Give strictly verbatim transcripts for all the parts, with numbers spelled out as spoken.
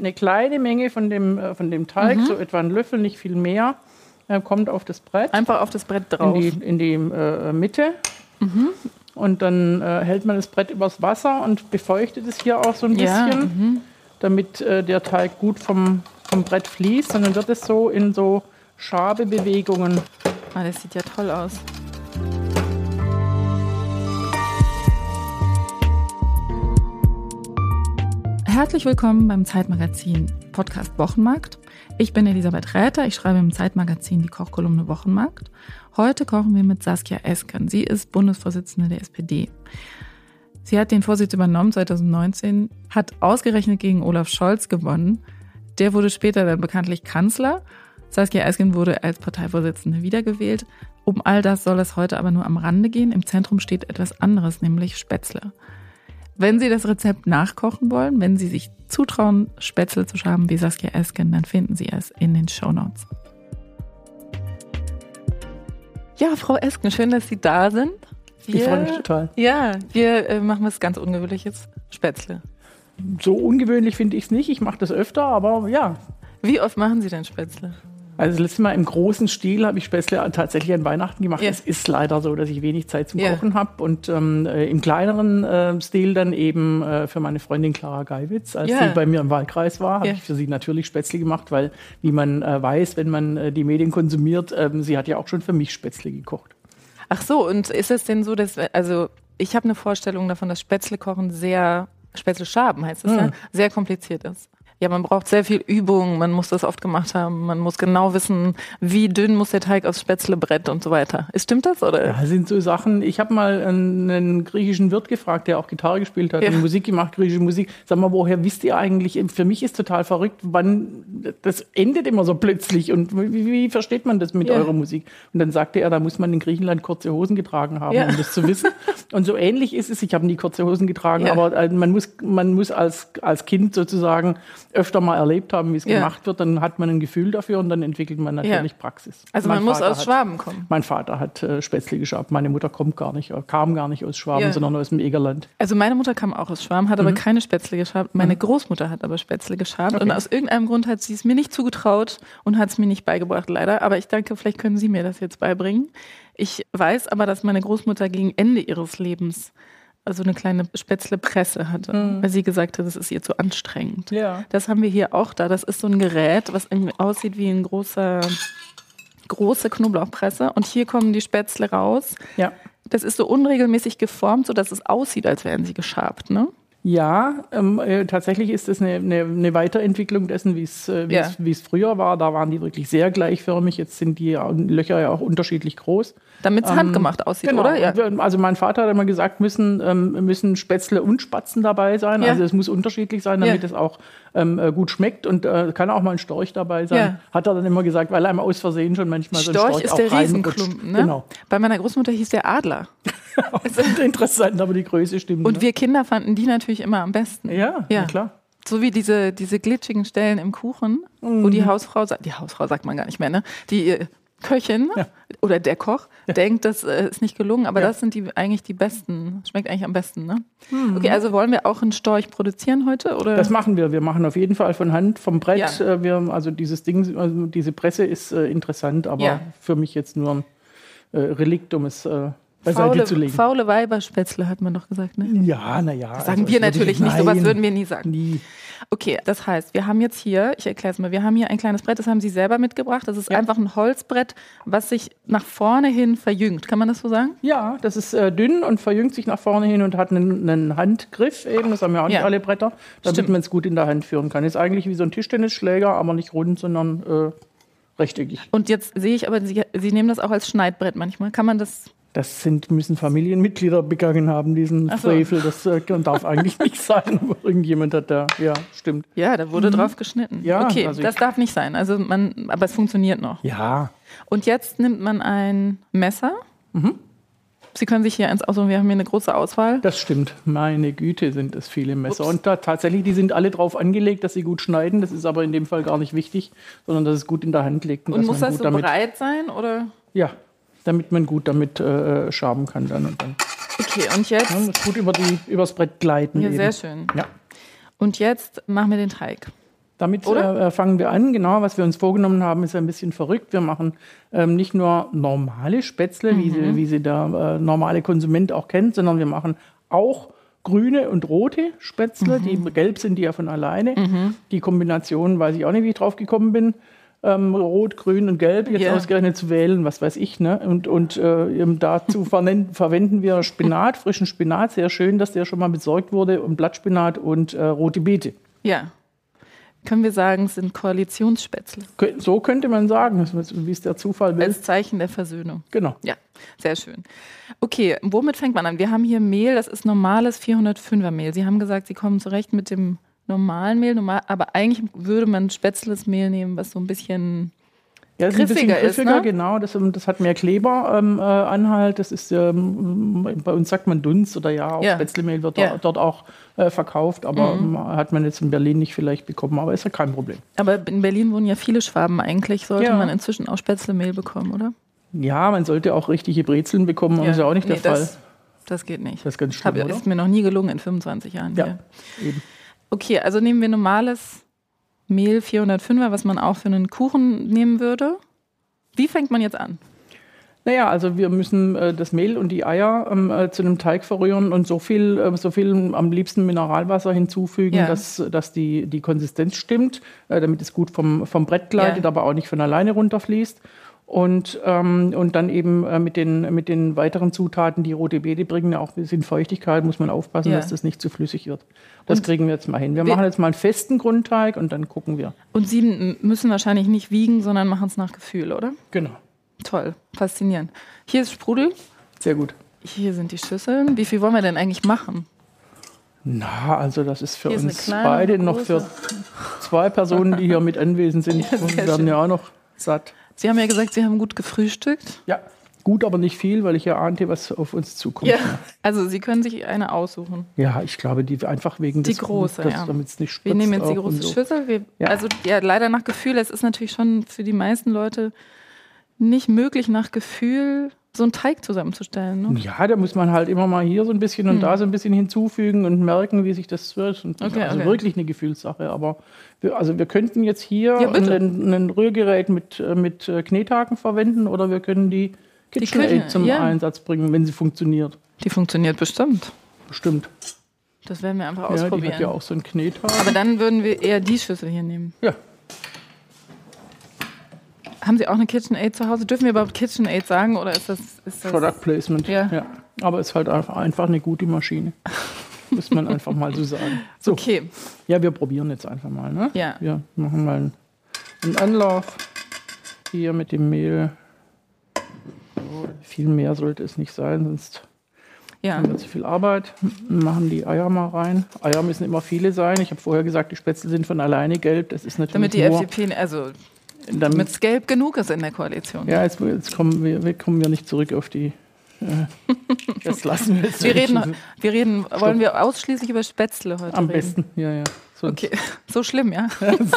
eine kleine Menge von dem, äh, von dem Teig, mhm. so etwa einen Löffel, nicht viel mehr, äh, kommt auf das Brett. Einfach auf das Brett drauf. In die, in die äh, Mitte. Mhm. Und dann äh, hält man das Brett übers Wasser und befeuchtet es hier auch so ein bisschen, ja, mhm. damit äh, der Teig gut vom, vom Brett fließt. Und dann wird es so in so Schabebewegungen. Ah, das sieht ja toll aus. Herzlich willkommen beim Zeitmagazin Podcast Wochenmarkt. Ich bin Elisabeth Räther, ich schreibe im Zeitmagazin die Kochkolumne Wochenmarkt. Heute kochen wir mit Saskia Esken. Sie ist Bundesvorsitzende der S P D. Sie hat den Vorsitz übernommen zwanzig neunzehn, hat ausgerechnet gegen Olaf Scholz gewonnen. Der wurde später dann bekanntlich Kanzler. Saskia Esken wurde als Parteivorsitzende wiedergewählt. Um all das soll es heute aber nur am Rande gehen. Im Zentrum steht etwas anderes, nämlich Spätzle. Wenn Sie das Rezept nachkochen wollen, wenn Sie sich zutrauen, Spätzle zu schaben wie Saskia Esken, dann finden Sie es in den Shownotes. Ja, Frau Esken, schön, dass Sie da sind. Wir, ich freue mich total. Ja, wir äh, machen was ganz Ungewöhnliches, Spätzle. So ungewöhnlich finde ich es nicht. Ich mache das öfter, aber ja. Wie oft machen Sie denn Spätzle? Also das letzte Mal im großen Stil habe ich Spätzle tatsächlich an Weihnachten gemacht. Ja. Es ist leider so, dass ich wenig Zeit zum Ja. Kochen habe. Und ähm, im kleineren äh, Stil dann eben äh, für meine Freundin Clara Geiwitz. Als Ja. sie bei mir im Wahlkreis war, habe Ja. ich für sie natürlich Spätzle gemacht, weil, wie man äh, weiß, wenn man äh, die Medien konsumiert, äh, sie hat ja auch schon für mich Spätzle gekocht. Ach so, und ist es denn so, dass, also ich habe eine Vorstellung davon, dass Spätzle kochen sehr, Spätzle schaben heißt es Mhm. ja, sehr kompliziert ist. Ja, man braucht sehr viel Übung, man muss das oft gemacht haben, man muss genau wissen, wie dünn muss der Teig aufs Spätzlebrett und so weiter. Ist, stimmt das, oder? Ja, sind so Sachen. Ich habe mal einen, einen griechischen Wirt gefragt, der auch Gitarre gespielt hat Ja. und Musik gemacht, griechische Musik. Sag mal, woher wisst ihr eigentlich? Für mich ist total verrückt, wann das endet immer so plötzlich und wie, wie versteht man das mit Ja. eurer Musik? Und dann sagte er, da muss man in Griechenland kurze Hosen getragen haben, Ja. um das zu wissen. Und so ähnlich ist es. Ich habe nie kurze Hosen getragen, Ja. aber äh, man muss, man muss als, als Kind sozusagen öfter mal erlebt haben, wie es Ja. gemacht wird. Dann hat man ein Gefühl dafür und dann entwickelt man natürlich Ja. Praxis. Also Mein man muss Vater aus hat- Schwaben kommen. Mein Vater hat äh, Spätzle geschabt. Meine Mutter kommt gar nicht, äh, kam gar nicht aus Schwaben, Ja. sondern aus dem Egerland. Also meine Mutter kam auch aus Schwaben, hat aber Mhm. keine Spätzle geschabt. Meine Großmutter hat aber Spätzle geschabt. Okay. Und aus irgendeinem Grund hat sie es mir nicht zugetraut und hat es mir nicht beigebracht, leider. Aber ich denke, vielleicht können Sie mir das jetzt beibringen. Ich weiß aber, dass meine Großmutter gegen Ende ihres Lebens also eine kleine Spätzlepresse hatte, Mhm. weil sie gesagt hat, das ist ihr zu anstrengend. Ja. Das haben wir hier auch da. Das ist so ein Gerät, was irgendwie aussieht wie ein großer, große Knoblauchpresse. Und hier kommen die Spätzle raus. Ja. Das ist so unregelmäßig geformt, sodass es aussieht, als wären sie geschabt, ne? Ja, ähm, äh, tatsächlich ist das eine, eine, eine Weiterentwicklung dessen, wie es äh, wie Ja. es- wie es früher war. Da waren die wirklich sehr gleichförmig. Jetzt sind die Löcher ja auch unterschiedlich groß. Damit es Ähm, handgemacht aussieht, Genau. oder? Ja. Also mein Vater hat immer gesagt, müssen, ähm, müssen Spätzle und Spatzen dabei sein. Ja. Also es muss unterschiedlich sein, damit Ja. es auch ähm, äh, gut schmeckt. Und äh, kann auch mal ein Storch dabei sein. Ja. Hat er dann immer gesagt, weil einem aus Versehen schon manchmal so ein Storch Storch ist auch der reinrutscht. Riesenklumpen, ne? Genau. Bei meiner Großmutter hieß der Adler. Das ist interessant, aber die Größe stimmt. Und ne? wir Kinder fanden die natürlich immer am besten. Ja, Ja. na klar. So wie diese, diese glitschigen Stellen im Kuchen, wo die Hausfrau, sa- die Hausfrau sagt man gar nicht mehr, ne? Die äh, Köchin Ja. oder der Koch denkt, das äh, ist nicht gelungen, aber Ja. das sind die eigentlich die besten, schmeckt eigentlich am besten, ne? Okay, also wollen wir auch einen Storch produzieren heute? Oder? Das machen wir. Wir machen auf jeden Fall von Hand, vom Brett. Ja. Äh, Wir, also dieses Ding, also diese Presse ist äh, interessant, aber Ja. für mich jetzt nur ein äh, Relikt, um es äh, beiseite faule, zu legen. faule Weiberspätzle hat man doch gesagt, ne? Ja, naja. Das sagen wir natürlich nicht, sowas würden wir nie sagen. Nie. Okay, das heißt, wir haben jetzt hier, ich erkläre es mal, wir haben hier ein kleines Brett, das haben Sie selber mitgebracht. Das ist Ja. einfach ein Holzbrett, was sich nach vorne hin verjüngt. Kann man das so sagen? Ja, das ist äh, dünn und verjüngt sich nach vorne hin und hat einen, einen Handgriff eben. Das haben ja auch nicht Ja. alle Bretter, damit Stimmt. man es gut in der Hand führen kann. Ist eigentlich wie so ein Tischtennisschläger, aber nicht rund, sondern äh, rechteckig. Und jetzt sehe ich aber, Sie, Sie nehmen das auch als Schneidbrett manchmal. Kann man das? Das sind, müssen Familienmitglieder begangen haben, diesen Ach so. Frevel. Das äh, darf eigentlich nicht sein, aber irgendjemand hat da, ja, stimmt. Ja, da wurde drauf geschnitten. Ja, okay, also ich- das darf nicht sein. Also man, aber es funktioniert noch. Ja. Und jetzt nimmt man ein Messer. Sie können sich hier eins aussuchen, wir haben hier eine große Auswahl. Das stimmt. Meine Güte, sind das viele Messer. Ups. Und da, tatsächlich, die sind alle drauf angelegt, dass sie gut schneiden. Das ist aber in dem Fall gar nicht wichtig, sondern dass es gut in der Hand liegt. Und dass muss man das gut so damit, breit sein, oder? Ja, damit man gut damit äh, schaben kann dann und dann. Okay, und jetzt? Man muss gut über die, übers Brett gleiten. Ja, eben. sehr schön. Ja. Und jetzt machen wir den Teig. Damit Oder? äh, fangen wir an. Genau, was wir uns vorgenommen haben, ist ein bisschen verrückt. Wir machen ähm, nicht nur normale Spätzle, mhm. wie, sie, wie sie der äh, normale Konsument auch kennt, sondern wir machen auch grüne und rote Spätzle. Mhm. Die gelb sind die ja von alleine. Mhm. Die Kombination weiß ich auch nicht, wie ich drauf gekommen bin. Ähm, Rot, Grün und Gelb jetzt yeah. ausgerechnet zu wählen, was weiß ich. Ne? Und, und äh, dazu verwenden wir Spinat, frischen Spinat. Sehr schön, dass der schon mal besorgt wurde. Und Blattspinat und äh, rote Beete. Ja. Können wir sagen, es sind Koalitionsspätzle? So könnte man sagen, wie es der Zufall will. Als Zeichen der Versöhnung. Genau. Ja, sehr schön. Okay, womit fängt man an? Wir haben hier Mehl, das ist normales vierhundertfünfer Mehl. Sie haben gesagt, Sie kommen zurecht mit dem normalen Mehl, normal, aber eigentlich würde man spätzles Mehl nehmen, was so ein bisschen ja, das griffiger ist. Ein bisschen griffiger, ist, ne? Genau, das, das hat mehr Kleberanhalt. Ähm, das ist, ähm, bei uns sagt man Dunst oder ja, auch ja. Spätzlemehl wird ja. dort auch äh, verkauft, aber mhm. hat man jetzt in Berlin nicht vielleicht bekommen, aber ist ja kein Problem. Aber in Berlin wohnen ja viele Schwaben, eigentlich sollte ja. man inzwischen auch Spätzlemehl bekommen, oder? Ja, man sollte auch richtige Brezeln bekommen, aber ja. ist ja auch nicht nee, der das, Fall. Das geht nicht. Das ist ganz schlimm, Hab, oder? Ist mir noch nie gelungen in fünfundzwanzig Jahren. Ja, hier. Eben. Okay, also nehmen wir normales Mehl vierhundertfünfer, was man auch für einen Kuchen nehmen würde. Wie fängt man jetzt an? Naja, also wir müssen äh, das Mehl und die Eier ähm, äh, zu einem Teig verrühren und so viel, äh, so viel am liebsten Mineralwasser hinzufügen, ja. dass, dass die, die Konsistenz stimmt, äh, damit es gut vom, vom Brett gleitet, ja. aber auch nicht von alleine runterfließt. Und, ähm, und dann eben äh, mit, den, mit den weiteren Zutaten, die rote Beete bringen ja auch ein bisschen Feuchtigkeit, muss man aufpassen, ja. dass das nicht zu flüssig wird. Das und kriegen wir jetzt mal hin. Wir machen jetzt mal einen festen Grundteig und dann gucken wir. Und Sie müssen wahrscheinlich nicht wiegen, sondern machen es nach Gefühl, oder? Genau. Toll, faszinierend. Hier ist Sprudel. Sehr gut. Hier sind die Schüsseln. Wie viel wollen wir denn eigentlich machen? Na, also das ist für hier uns ist kleine, beide noch für zwei Personen, die hier mit anwesend sind. Ja, und werden ja auch noch satt. Sie haben ja gesagt, Sie haben gut gefrühstückt. Ja, gut, aber nicht viel, weil ich ja ahnte, was auf uns zukommt. Ja. Also Sie können sich eine aussuchen. Ja, ich glaube, die einfach wegen die des große, das, ja. damit es nicht spritzt. Wir nehmen jetzt die große so. Schüssel. Wir, ja. Also ja, leider nach Gefühl. Es ist natürlich schon für die meisten Leute nicht möglich, nach Gefühl so einen Teig zusammenzustellen. Ne? Ja, da muss man halt immer mal hier so ein bisschen und hm. da so ein bisschen hinzufügen und merken, wie sich das wird. Und okay, also okay. wirklich eine Gefühlssache. Aber wir, also wir könnten jetzt hier ja, ein, ein Rührgerät mit, mit Knethaken verwenden oder wir können die KitchenAid zum ja. Einsatz bringen, wenn sie funktioniert. Die funktioniert bestimmt. Bestimmt. Das werden wir einfach ja, ausprobieren. Die hat ja auch so einen Knethaken. Aber dann würden wir eher die Schüssel hier nehmen. Ja. Haben Sie auch eine KitchenAid zu Hause? Dürfen wir überhaupt KitchenAid sagen? Oder ist das, ist das Product Placement, ja. ja. Aber es ist halt einfach eine gute Maschine. Muss man einfach mal so sagen. So. Okay. Ja, wir probieren jetzt einfach mal. Ne? Ja. Wir machen mal einen, einen Anlauf hier mit dem Mehl. So, viel mehr sollte es nicht sein, sonst ja. haben wir zu viel Arbeit. Wir machen die Eier mal rein. Eier müssen immer viele sein. Ich habe vorher gesagt, die Spätzle sind von alleine gelb. Das ist natürlich Damit die nur F D P, also damit es gelb genug ist in der Koalition. Ja, jetzt, jetzt kommen, wir, wir kommen wir nicht zurück auf die. Äh, das lassen wir jetzt. Wir reden, wir reden wollen wir ausschließlich über Spätzle heute Am reden? Am besten, ja, ja. Sonst. Okay, so schlimm, ja?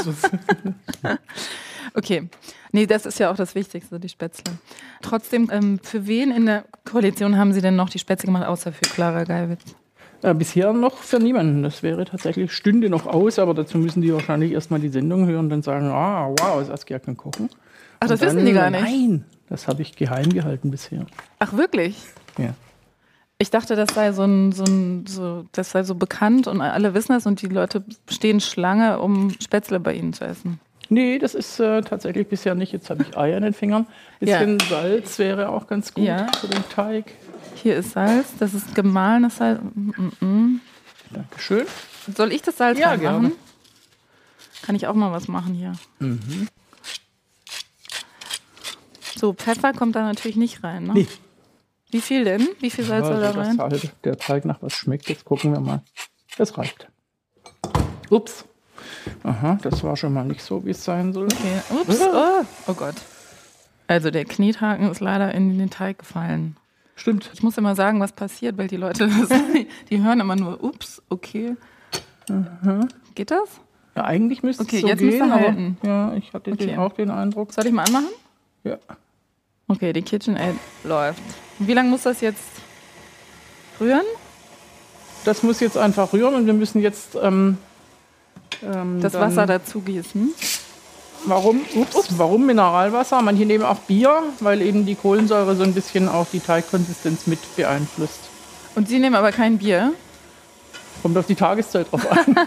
Okay, nee, das ist ja auch das Wichtigste, die Spätzle. Trotzdem, ähm, für wen in der Koalition haben Sie denn noch die Spätzle gemacht, außer für Clara Geiwitz? Äh, bisher noch für niemanden. Das wäre tatsächlich, stünde noch aus, aber dazu müssen die wahrscheinlich erstmal die Sendung hören und dann sagen, ah, wow, Saskia kann kochen. Ach, das und wissen dann, die gar nicht? Nein, das habe ich geheim gehalten bisher. Ach, wirklich? Ja. Ich dachte, das sei so ein, so ein so, das sei so bekannt und alle wissen das und die Leute stehen Schlange, um Spätzle bei Ihnen zu essen. Nee, das ist äh, tatsächlich bisher nicht. Jetzt habe ich Eier in den Fingern. Ein bisschen ja. Salz wäre auch ganz gut ja. für den Teig. Hier ist Salz, das ist gemahlenes Salz. Mm-mm. Dankeschön. Soll ich das Salz ja, machen? Gerne. Kann ich auch mal was machen hier. Mhm. So, Pfeffer kommt da natürlich nicht rein, ne? Nee. Wie viel denn? Wie viel Salz ja, soll da rein? Dass halt der Teig nach was schmeckt. Jetzt gucken wir mal. Das reicht. Ups. Aha, das war schon mal nicht so, wie es sein soll. Okay, ups. Oh, oh Gott. Also der Knethaken ist leider in den Teig gefallen. Stimmt. Ich muss immer sagen, was passiert, weil die Leute, das, die hören immer nur, ups, okay. Aha. Geht das? Ja, eigentlich müsste okay, es so jetzt gehen. Müsste halten. Ja, ich hatte okay. den, auch den Eindruck. Soll ich mal anmachen? Ja. Okay, die KitchenAid läuft. Wie lange muss das jetzt rühren? Das muss jetzt einfach rühren und wir müssen jetzt ähm, Ähm, das Wasser dazu gießen. Warum? Ups, Ups. Warum Mineralwasser? Manche nehmen auch Bier, weil eben die Kohlensäure so ein bisschen auch die Teigkonsistenz mit beeinflusst. Und Sie nehmen aber kein Bier? Kommt auf die Tageszeit drauf an.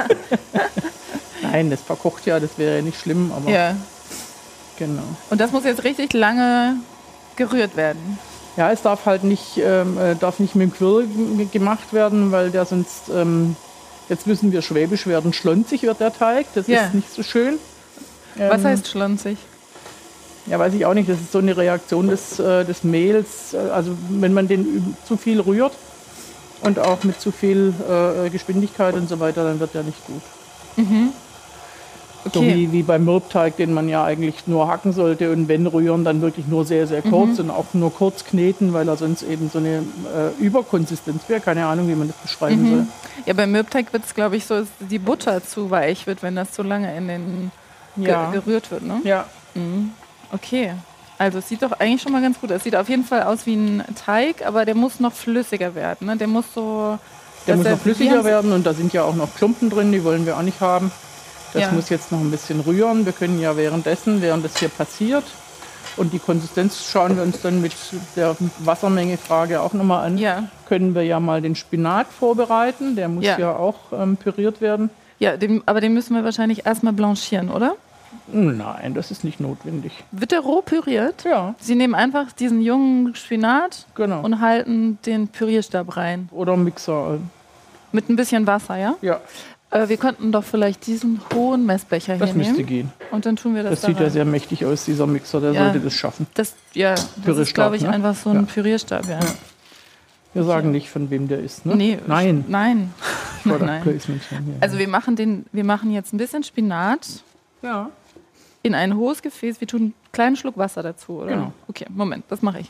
Nein, das verkocht ja, das wäre ja nicht schlimm, aber ja. Genau. Und das muss jetzt richtig lange gerührt werden? Ja, es darf halt nicht, ähm, darf nicht mit dem Quirl gemacht werden, weil der sonst, ähm, jetzt müssen wir schwäbisch werden, schlonzig wird der Teig, das ja. ist nicht so schön. Was ähm, heißt schlonzig? Ja, weiß ich auch nicht, das ist so eine Reaktion des, äh, des Mehls, also wenn man den zu viel rührt und auch mit zu viel äh, Geschwindigkeit und so weiter, dann wird der nicht gut. Mhm. Okay. So wie, wie beim Mürbteig, den man ja eigentlich nur hacken sollte und wenn rühren, dann wirklich nur sehr, sehr kurz mhm. und auch nur kurz kneten, weil er sonst eben so eine äh, Überkonsistenz wäre. Keine Ahnung, wie man das beschreiben mhm. soll. Ja, beim Mürbteig wird es, glaube ich, so, dass die Butter zu weich wird, wenn das zu lange in den ja. ge gerührt wird, ne? Ja. Mhm. Okay. Also es sieht doch eigentlich schon mal ganz gut aus. Es sieht auf jeden Fall aus wie ein Teig, aber der muss noch flüssiger werden, ne? Der muss so... Der muss noch flüssiger werden und da sind ja auch noch Klumpen drin, die wollen wir auch nicht haben. Das ja. muss jetzt noch ein bisschen rühren. Wir können ja währenddessen, während das hier passiert, und die Konsistenz schauen wir uns dann mit der Wassermenge-Frage auch nochmal an, ja. können wir ja mal den Spinat vorbereiten. Der muss ja, ja auch ähm, püriert werden. Ja, den, aber den müssen wir wahrscheinlich erstmal blanchieren, oder? Nein, das ist nicht notwendig. Wird der roh püriert? Ja. Sie nehmen einfach diesen jungen Spinat genau. und halten den Pürierstab rein. Oder Mixer. Mit ein bisschen Wasser, ja? Ja. Äh, wir könnten doch vielleicht diesen hohen Messbecher das hier nehmen. Das müsste gehen. Und dann tun wir das Das da sieht rein. ja sehr mächtig aus, dieser Mixer, der ja. sollte das schaffen. Das, ja, das ist, glaube ich, ne? einfach so ein ja. Pürierstab, ja. ja. Wir sagen nicht, von wem der ist, ne? Nee, nein. Nein. nein, nein. Also wir machen, den, wir machen jetzt ein bisschen Spinat ja. in ein hohes Gefäß. Wir tun einen kleinen Schluck Wasser dazu, oder? Genau. Okay, Moment, das mache ich.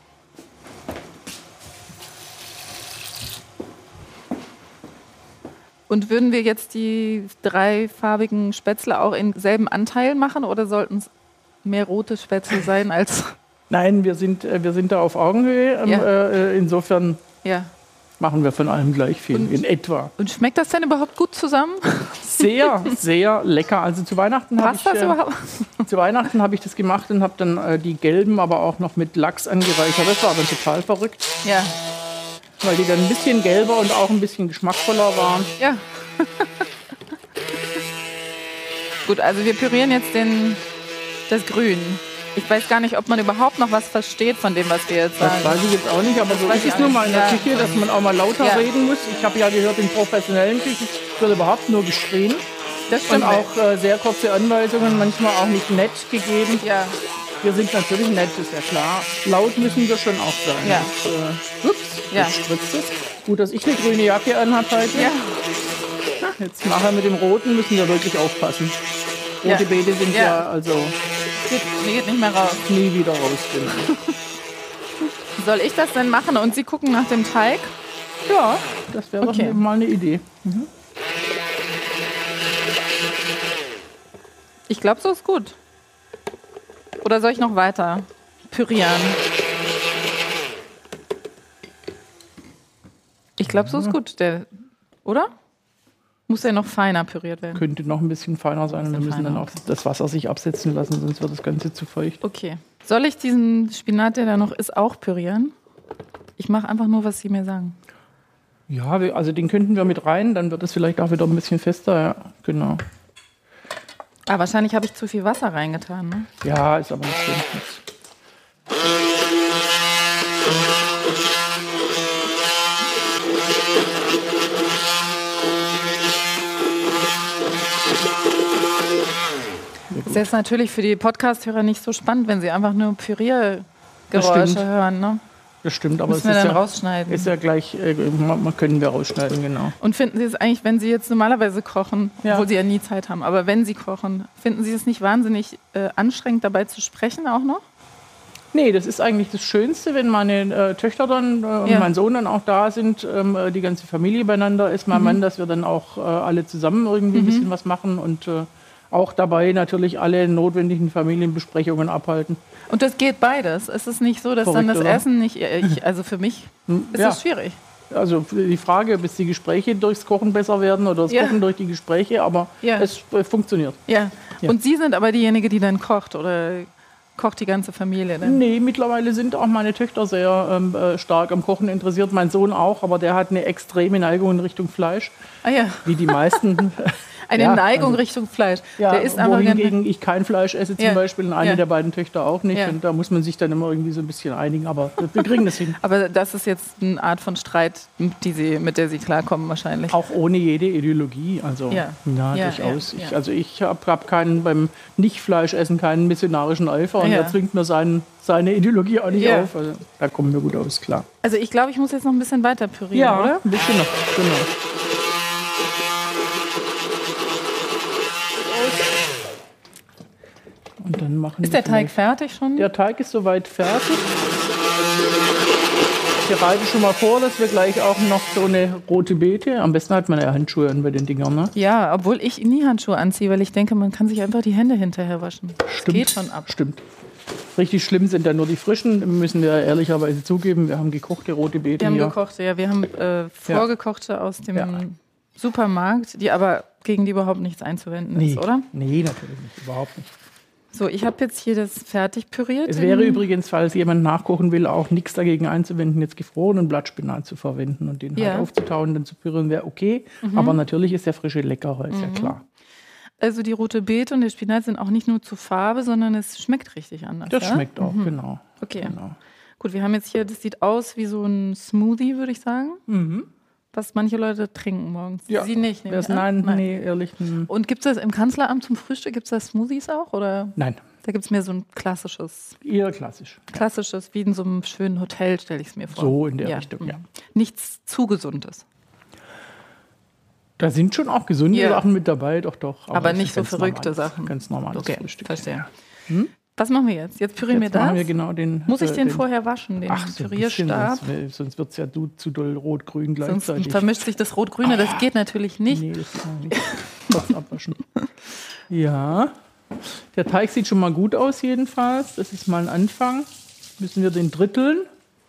Und würden wir jetzt die dreifarbigen Spätzle auch in selben Anteilen machen oder sollten es mehr rote Spätzle sein als... Nein, wir sind, wir sind da auf Augenhöhe. Ja. Äh, insofern ja. machen wir von allem gleich viel, und, in etwa. Und schmeckt das denn überhaupt gut zusammen? Sehr, sehr lecker. Also zu Weihnachten habe ich, das überhaupt? Äh, zu Weihnachten habe ich das gemacht und habe dann äh, die gelben, aber auch noch mit Lachs angereichert. Das war aber total verrückt. Ja. Weil die dann ein bisschen gelber und auch ein bisschen geschmackvoller waren. Ja. Gut, also wir pürieren jetzt den, das Grün. Ich weiß gar nicht, ob man überhaupt noch was versteht von dem, was wir jetzt sagen. Das weiß ich jetzt auch nicht, aber so ist es nun mal in der ja. Küche, dass man auch mal lauter ja. reden muss. Ich habe ja gehört, in professionellen Küchen wird überhaupt nur geschrien. Das stimmt. Und auch äh, sehr kurze Anweisungen, manchmal auch nicht nett gegeben. Ja. Wir sind natürlich nett, ist ja klar. Laut müssen wir schon auch sein. Ja. Und, äh, ups, ja. jetzt spritzt es. Gut, dass ich eine grüne Jacke anhabe heute. Ja. Jetzt nachher mit dem Roten müssen wir wirklich aufpassen. Rote ja. Beete sind ja, ja also... Geht, geht nicht mehr raus. Nie wieder raus. Genau. Soll ich das denn machen und Sie gucken nach dem Teig? Ja, das wäre okay. doch mal eine Idee. Mhm. Ich glaube, so ist gut. Oder soll ich noch weiter pürieren? Ich glaube, so ist gut. Der, oder? Muss der noch feiner püriert werden? Könnte noch ein bisschen feiner sein. Wir müssen dann auch das Wasser sich absetzen lassen, sonst wird das Ganze zu feucht. Okay. Soll ich diesen Spinat, der da noch ist, auch pürieren? Ich mache einfach nur, was Sie mir sagen. Ja, also den könnten wir mit rein, dann wird es vielleicht auch wieder ein bisschen fester. Ja, genau. Ah, wahrscheinlich habe ich zu viel Wasser reingetan, ne? Ja, ist aber nicht schlimm. Das ist jetzt natürlich für die Podcast-Hörer nicht so spannend, wenn sie einfach nur Püriergeräusche hören, ne? Das stimmt, aber Müssen es wir ist, dann ja, rausschneiden. ist ja gleich, äh, können wir rausschneiden, genau. Und finden Sie es eigentlich, wenn Sie jetzt normalerweise kochen, ja. obwohl Sie ja nie Zeit haben, aber wenn Sie kochen, finden Sie es nicht wahnsinnig äh, anstrengend, dabei zu sprechen auch noch? Nee, das ist eigentlich das Schönste, wenn meine äh, Töchter dann äh, und ja. mein Sohn dann auch da sind, ähm, die ganze Familie beieinander ist, mein mhm. Mann, dass wir dann auch äh, alle zusammen irgendwie mhm. ein bisschen was machen und äh, auch dabei natürlich alle notwendigen Familienbesprechungen abhalten. Und das geht beides. Es ist nicht so, dass Verrückt, dann das oder? Essen nicht... Ich, also für mich ist ja. das schwierig. Also die Frage, ob es die Gespräche durchs Kochen besser werden oder das Ja. Kochen durch die Gespräche, aber Ja. es äh, funktioniert. Ja. Ja. Und Sie sind aber diejenige, die dann kocht oder kocht die ganze Familie dann? Nee, mittlerweile sind auch meine Töchter sehr ähm, äh, stark am Kochen interessiert, mein Sohn auch, aber der hat eine extreme Neigung in Richtung Fleisch, Ah ja, wie die meisten. eine Ja, Neigung also- Richtung Fleisch. Ja, Der isst einfach wohingegen gerne. ich kein Fleisch esse zum Ja. Beispiel und eine Ja. der beiden Töchter auch nicht. Ja. Und da muss man sich dann immer irgendwie so ein bisschen einigen, aber wir kriegen das hin. Aber das ist jetzt eine Art von Streit, die Sie, mit der Sie klarkommen wahrscheinlich. Auch ohne jede Ideologie. Also, Ja. ja, Ja, durchaus. ja, Ich, ja. also ich habe hab keinen beim Nicht-Fleischessen keinen missionarischen Eifer und Ja. er zwingt mir seinen, seine Ideologie auch nicht Ja. auf. Also, da kommen wir gut aus, klar. Also ich glaube, ich muss jetzt noch ein bisschen weiter pürieren, oder? ein bisschen noch. Genau. Und dann machen Ist wir der Teig vielleicht- fertig schon? Der Teig ist soweit fertig. Ich bereite schon mal vor, dass wir gleich auch noch so eine rote Beete, am besten hat man ja Handschuhe an bei den Dingern, ne? Ja, obwohl ich nie Handschuhe anziehe, weil ich denke, man kann sich einfach die Hände hinterher waschen. Das geht schon ab. Stimmt. Richtig schlimm sind dann nur die frischen, müssen wir ehrlicherweise zugeben. Wir haben gekochte rote Beete Wir haben hier. gekochte, ja. Wir haben äh, vorgekochte aus dem Ja. Supermarkt, die aber gegen die überhaupt nichts einzuwenden Nee. ist, oder? Nee, natürlich nicht, überhaupt nicht. So, ich habe jetzt hier das fertig püriert. Es wäre in- übrigens, falls jemand nachkochen will, auch nichts dagegen einzuwenden, jetzt gefrorenen Blattspinat zu verwenden und den Ja. halt aufzutauen, dann zu pürieren, wäre okay. Aber natürlich ist der frische leckerer, ist ja klar. Also die rote Beete und der Spinat sind auch nicht nur zur Farbe, sondern es schmeckt richtig anders. Das ja? schmeckt auch, genau. Okay. genau. Gut, wir haben jetzt hier, das sieht aus wie so ein Smoothie, würde ich sagen. Was manche Leute trinken morgens. Ja. Sie nicht, nehme Wer ich ist, an? nein, nee, ehrlich. hm. Und gibt es das im Kanzleramt zum Frühstück? Gibt es da Smoothies auch? Oder Nein, da gibt es mehr so ein klassisches, eher klassisch. klassisches, wie in so einem schönen Hotel, stelle ich es mir vor. So in der Richtung, ja. mhm. Nichts zu Gesundes. Da sind schon auch gesunde Ja. Sachen mit dabei, doch, doch. Aber es nicht ist so ganz verrückte normales, Sachen. Ganz normales Okay, Frühstück. verstehe. Was machen wir jetzt? Jetzt pürieren Jetzt wir das? machen wir genau den. Muss ich äh, den, vorher waschen, den Ach, so ein bisschen, Pürierstab? sonst, sonst wird es ja du, zu doll rot-grün Sonst gleichzeitig. vermischt sich das Rot-Grüne, das geht natürlich nicht. Nee, das kann man nicht. Kurz abwaschen. Ja, der Teig sieht schon mal gut aus jedenfalls. Das ist mal ein Anfang. Müssen wir den dritteln.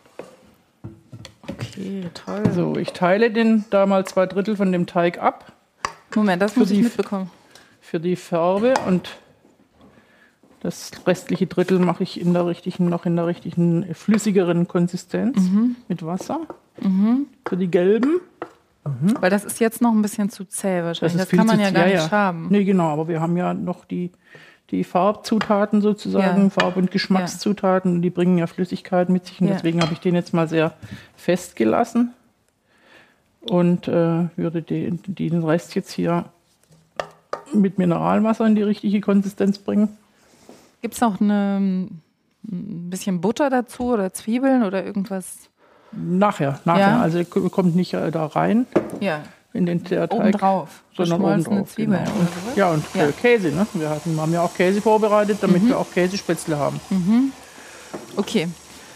Okay, toll. So, ich teile den da mal zwei Drittel von dem Teig ab Moment, das muss ich die- mitbekommen. für die Farbe und das restliche Drittel mache ich in der richtigen, noch in der richtigen flüssigeren Konsistenz mit Wasser. Für die gelben. Weil das ist jetzt noch ein bisschen zu zäh wahrscheinlich. Das, viel kann man zu- ja gar nicht haben. Nee, genau, aber wir haben ja noch die, die Farbzutaten sozusagen, Ja. Farb- und Geschmackszutaten, und die bringen ja Flüssigkeit mit sich. Und Ja. deswegen habe ich den jetzt mal sehr festgelassen und äh, würde den, den Rest jetzt hier mit Mineralwasser in die richtige Konsistenz bringen. Gibt es noch eine, ein bisschen Butter dazu oder Zwiebeln oder irgendwas? Nachher, nachher. Ja. Also k- kommt nicht äh, da rein Ja, in den der Teig, obendrauf. sondern Geschmolzene obendrauf. Zwiebeln Genau. oder Und, sowas? ja, und Ja. äh, Käse. Ne? Wir hatten, haben ja auch Käse vorbereitet, damit wir auch Käsespätzle haben. Okay.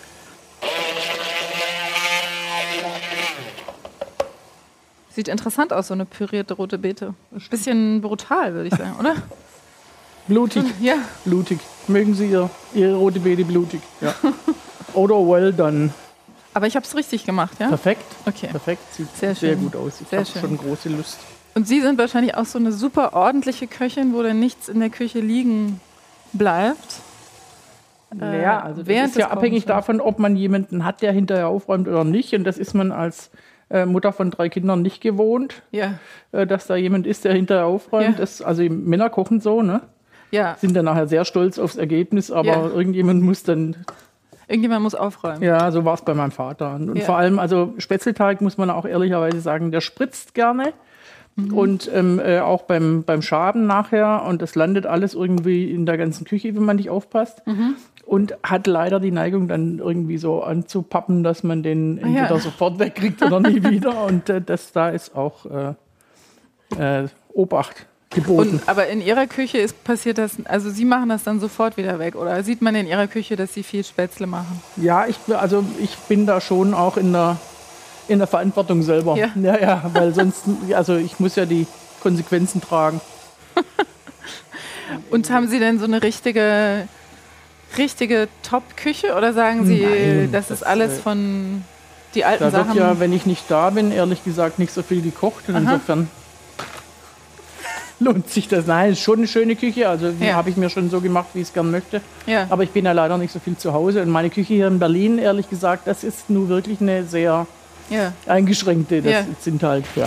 Sieht interessant aus, so eine pürierte rote Beete. Bisschen brutal, würde ich sagen, oder? Blutig. Ja. Blutig. Mögen Sie ihr, Ihre rote Beete blutig. Ja. Oder well done. Aber ich habe es richtig gemacht, ja? Perfekt. Okay. Perfekt. Sieht Sehr sehr, schön. gut aus. Ich Sehr habe schön. schon große Lust. Und Sie sind wahrscheinlich auch so eine super ordentliche Köchin, wo dann nichts in der Küche liegen bleibt. Naja, also das während ist ja des abhängig Kochens. davon, ob man jemanden hat, der hinterher aufräumt oder nicht. Und das ist man als äh, Mutter von drei Kindern nicht gewohnt, Ja. äh, dass da jemand ist, der hinterher aufräumt. Ja. Das, also Männer kochen so, ne? Ja. Sind dann nachher sehr stolz aufs Ergebnis, aber Ja. irgendjemand muss dann, Irgendjemand muss aufräumen. ja, so war es bei meinem Vater. Und, und Ja. vor allem, also Spätzleteig muss man auch ehrlicherweise sagen, der spritzt gerne. Mhm. Und ähm, äh, auch beim, beim Schaben nachher. Und das landet alles irgendwie in der ganzen Küche, wenn man nicht aufpasst. Mhm. Und hat leider die Neigung, dann irgendwie so anzupappen, dass man den Ah, ja. entweder sofort wegkriegt oder nie wieder. Und äh, das, da ist auch äh, äh, Obacht geboten. Und, aber in Ihrer Küche ist passiert das, also Sie machen das dann sofort wieder weg, oder sieht man in Ihrer Küche, dass Sie viel Spätzle machen? Ja, ich, also ich bin da schon auch in der, in der Verantwortung selber. Ja. ja, ja, weil sonst, also ich muss ja die Konsequenzen tragen. Und haben Sie denn so eine richtige, richtige Top-Küche, oder sagen Sie, Nein, das ist das, alles äh, von die alten da wird Sachen... ja, wenn ich nicht da bin, ehrlich gesagt nicht so viel gekocht. Und insofern lohnt sich das. Nein, es ist schon eine schöne Küche. Also die Ja. habe ich mir schon so gemacht, wie ich es gern möchte. Ja. Aber ich bin ja leider nicht so viel zu Hause. Und meine Küche hier in Berlin, ehrlich gesagt, das ist nun wirklich eine sehr ja. eingeschränkte. Das Ja. sind halt, ja.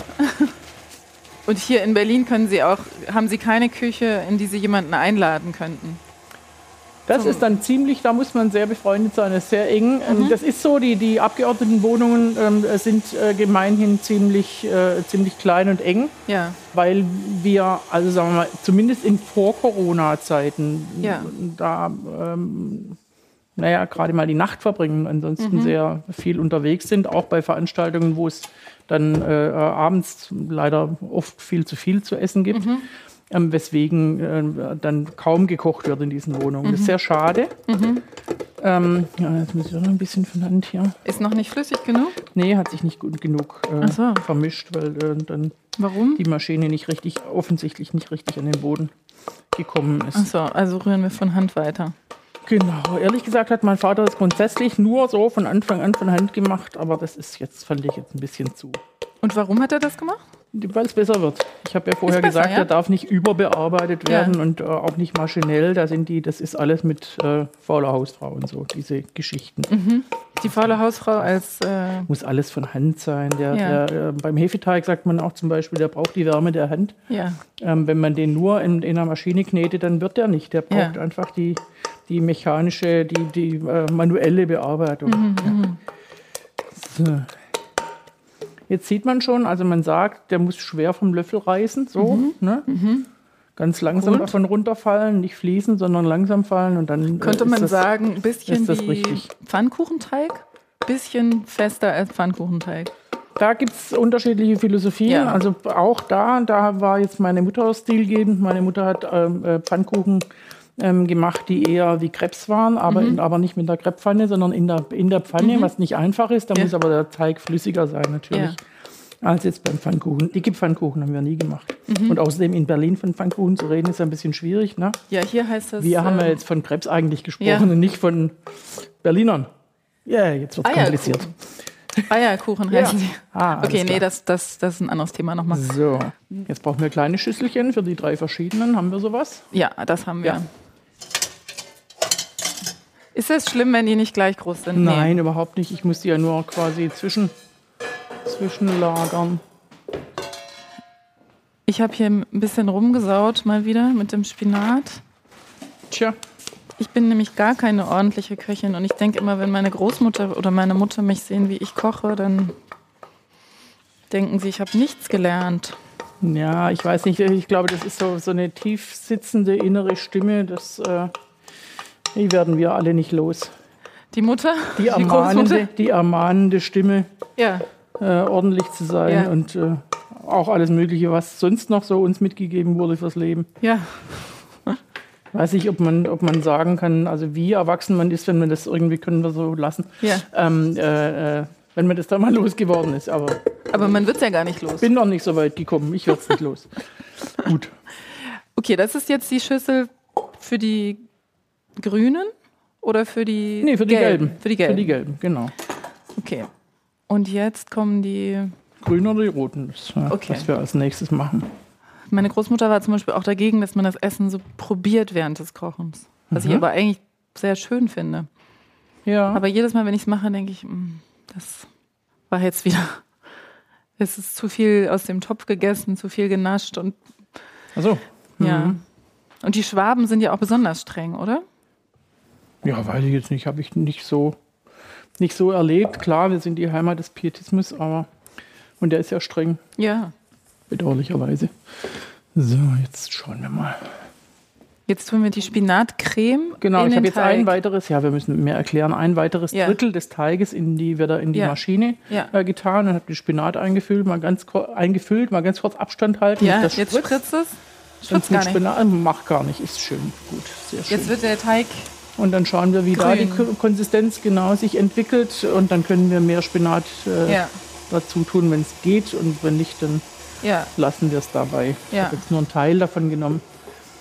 Und hier in Berlin können Sie auch, haben Sie keine Küche, in die Sie jemanden einladen könnten? Das So. ist dann ziemlich, da muss man sehr befreundet sein, das ist sehr eng. Mhm. Das ist so, die, die Abgeordnetenwohnungen ähm, sind äh, gemeinhin ziemlich, äh, ziemlich klein und eng, Ja. weil wir, also sagen wir mal, zumindest in Vor-Corona-Zeiten Ja. da, ähm, naja, gerade mal die Nacht verbringen, ansonsten Mhm. sehr viel unterwegs sind, auch bei Veranstaltungen, wo es dann äh, abends leider oft viel zu viel zu essen gibt. Mhm. Ähm, weswegen äh, dann kaum gekocht wird in diesen Wohnungen. Mhm. Das ist sehr schade. Mhm. Ähm, ja, jetzt muss ich noch ein bisschen von Hand hier. Ist noch nicht flüssig genug? Nee, hat sich nicht gut genug äh, Ach so. vermischt, weil äh, dann Warum? die Maschine nicht richtig, offensichtlich nicht richtig an den Boden gekommen ist. Achso, also rühren wir von Hand weiter. Genau. Ehrlich gesagt hat mein Vater das grundsätzlich nur so von Anfang an von Hand gemacht, aber das ist jetzt, fand ich jetzt ein bisschen zu. Und warum hat er das gemacht? Weil es besser wird. Ich habe ja vorher besser, gesagt, ja? er darf nicht überbearbeitet werden Ja. und äh, auch nicht maschinell. Da sind die, das ist alles mit äh, fauler Hausfrau und so, diese Geschichten. Mhm. Die faule Hausfrau als... Äh, Muss alles von Hand sein. Der, Ja. der, äh, beim Hefeteig sagt man auch zum Beispiel, der braucht die Wärme der Hand. ja. Ähm, wenn man den nur in, in einer Maschine knetet, dann wird der nicht. Der braucht Ja. einfach die, die mechanische, die, die äh, manuelle Bearbeitung. Mhm, Ja. So. Jetzt sieht man schon, also man sagt, der muss schwer vom Löffel reißen, so, Mhm. ne? Mhm. Ganz langsam Und? davon runterfallen, nicht fließen, sondern langsam fallen und dann Könnte äh, ist man das, sagen, ein bisschen ist das wie richtig. Pfannkuchenteig? Bisschen fester als Pfannkuchenteig. Da gibt es unterschiedliche Philosophien. Ja. Also auch da, da war jetzt meine Mutter stilgebend. Meine Mutter hat ähm, äh, Pfannkuchen ähm, gemacht, die eher wie Crepes waren, aber, Mhm. in, aber nicht mit der Crepepfanne, sondern in der, in der Pfanne, Mhm. was nicht einfach ist. Da Ja. muss aber der Teig flüssiger sein natürlich. Ja. Als jetzt beim Pfannkuchen. Dicke Pfannkuchen haben wir nie gemacht. Mhm. Und außerdem in Berlin von Pfannkuchen zu reden, ist ein bisschen schwierig. Ne? Ja, hier heißt das... Wir haben ja ähm, jetzt von Crepes eigentlich gesprochen ja. und nicht von Berlinern. Ja, jetzt wird es Eierkuchen. kompliziert. Eierkuchen Ja. heißen sie. Ah, alles Okay, nee, klar. das, das, das ist ein anderes Thema nochmal. So, jetzt brauchen wir kleine Schüsselchen für die drei verschiedenen. Haben wir sowas? Ja, das haben wir. Ja. Ist es schlimm, wenn die nicht gleich groß sind? Nein, überhaupt nicht. Ich muss die ja nur quasi zwischen, zwischenlagern. Ich habe hier ein bisschen rumgesaut mal wieder mit dem Spinat. Tja, Ich bin nämlich gar keine ordentliche Köchin und ich denke immer, wenn meine Großmutter oder meine Mutter mich sehen, wie ich koche, dann denken sie, ich habe nichts gelernt. ja, ich weiß nicht. Ich glaube, das ist so, so eine tief sitzende innere Stimme. Das, äh, die werden wir alle nicht los. Die Mutter? Die ermahnende, Großmutter? die ermahnende Stimme, Ja. äh, ordentlich zu sein Ja. und äh, auch alles Mögliche, was sonst noch so uns mitgegeben wurde fürs Leben. Ja. Weiß nicht, ob man, ob man sagen kann, also wie erwachsen man ist, wenn man das irgendwie, können wir so lassen, Ja. ähm, äh, äh, wenn man das da mal losgeworden ist. Aber Aber man wird es ja gar nicht los. ich bin noch nicht so weit gekommen, ich werde es nicht los. Gut. Okay, das ist jetzt die Schüssel für die Grünen oder für die Nee, für die Gelben. Für die Gelben. Für die Gelben, genau. Okay. Und jetzt kommen die... Grün oder die roten, das, äh, Okay. was wir als nächstes machen. Meine Großmutter war zum Beispiel auch dagegen, dass man das Essen so probiert während des Kochens. Was Mhm. ich aber eigentlich sehr schön finde. Ja. Aber jedes Mal, wenn ich es mache, denke ich, mh, das war jetzt wieder... Es ist zu viel aus dem Topf gegessen, zu viel genascht und Also. ja. Und die Schwaben sind ja auch besonders streng, oder? Ja, weiß ich jetzt nicht, habe ich nicht so, nicht so erlebt. Klar, wir sind die Heimat des Pietismus, aber und der ist ja streng, Ja. bedauerlicherweise. So, jetzt schauen wir mal. Jetzt tun wir die Spinatcreme Genau, in ich den habe jetzt Teig. ein weiteres, ja, wir müssen mehr erklären, ein weiteres Ja. Drittel des Teiges in die, wird er in die Ja. Maschine Ja. äh, getan und habe den Spinat eingefüllt, mal ganz ko- eingefüllt, mal ganz kurz Abstand halten. Ja, damit das jetzt spritzt. spritzt es. Sonst Spritzt mit gar nicht. Spinat, macht gar nicht, ist schön, gut, sehr schön. Jetzt wird der Teig... Und dann schauen wir, wie da die grün. Ko- Konsistenz genau sich entwickelt und dann können wir mehr Spinat äh, Ja, dazu tun, wenn es geht und wenn nicht, dann ja. lassen wir es dabei. Ich Ja. habe jetzt nur einen Teil davon genommen.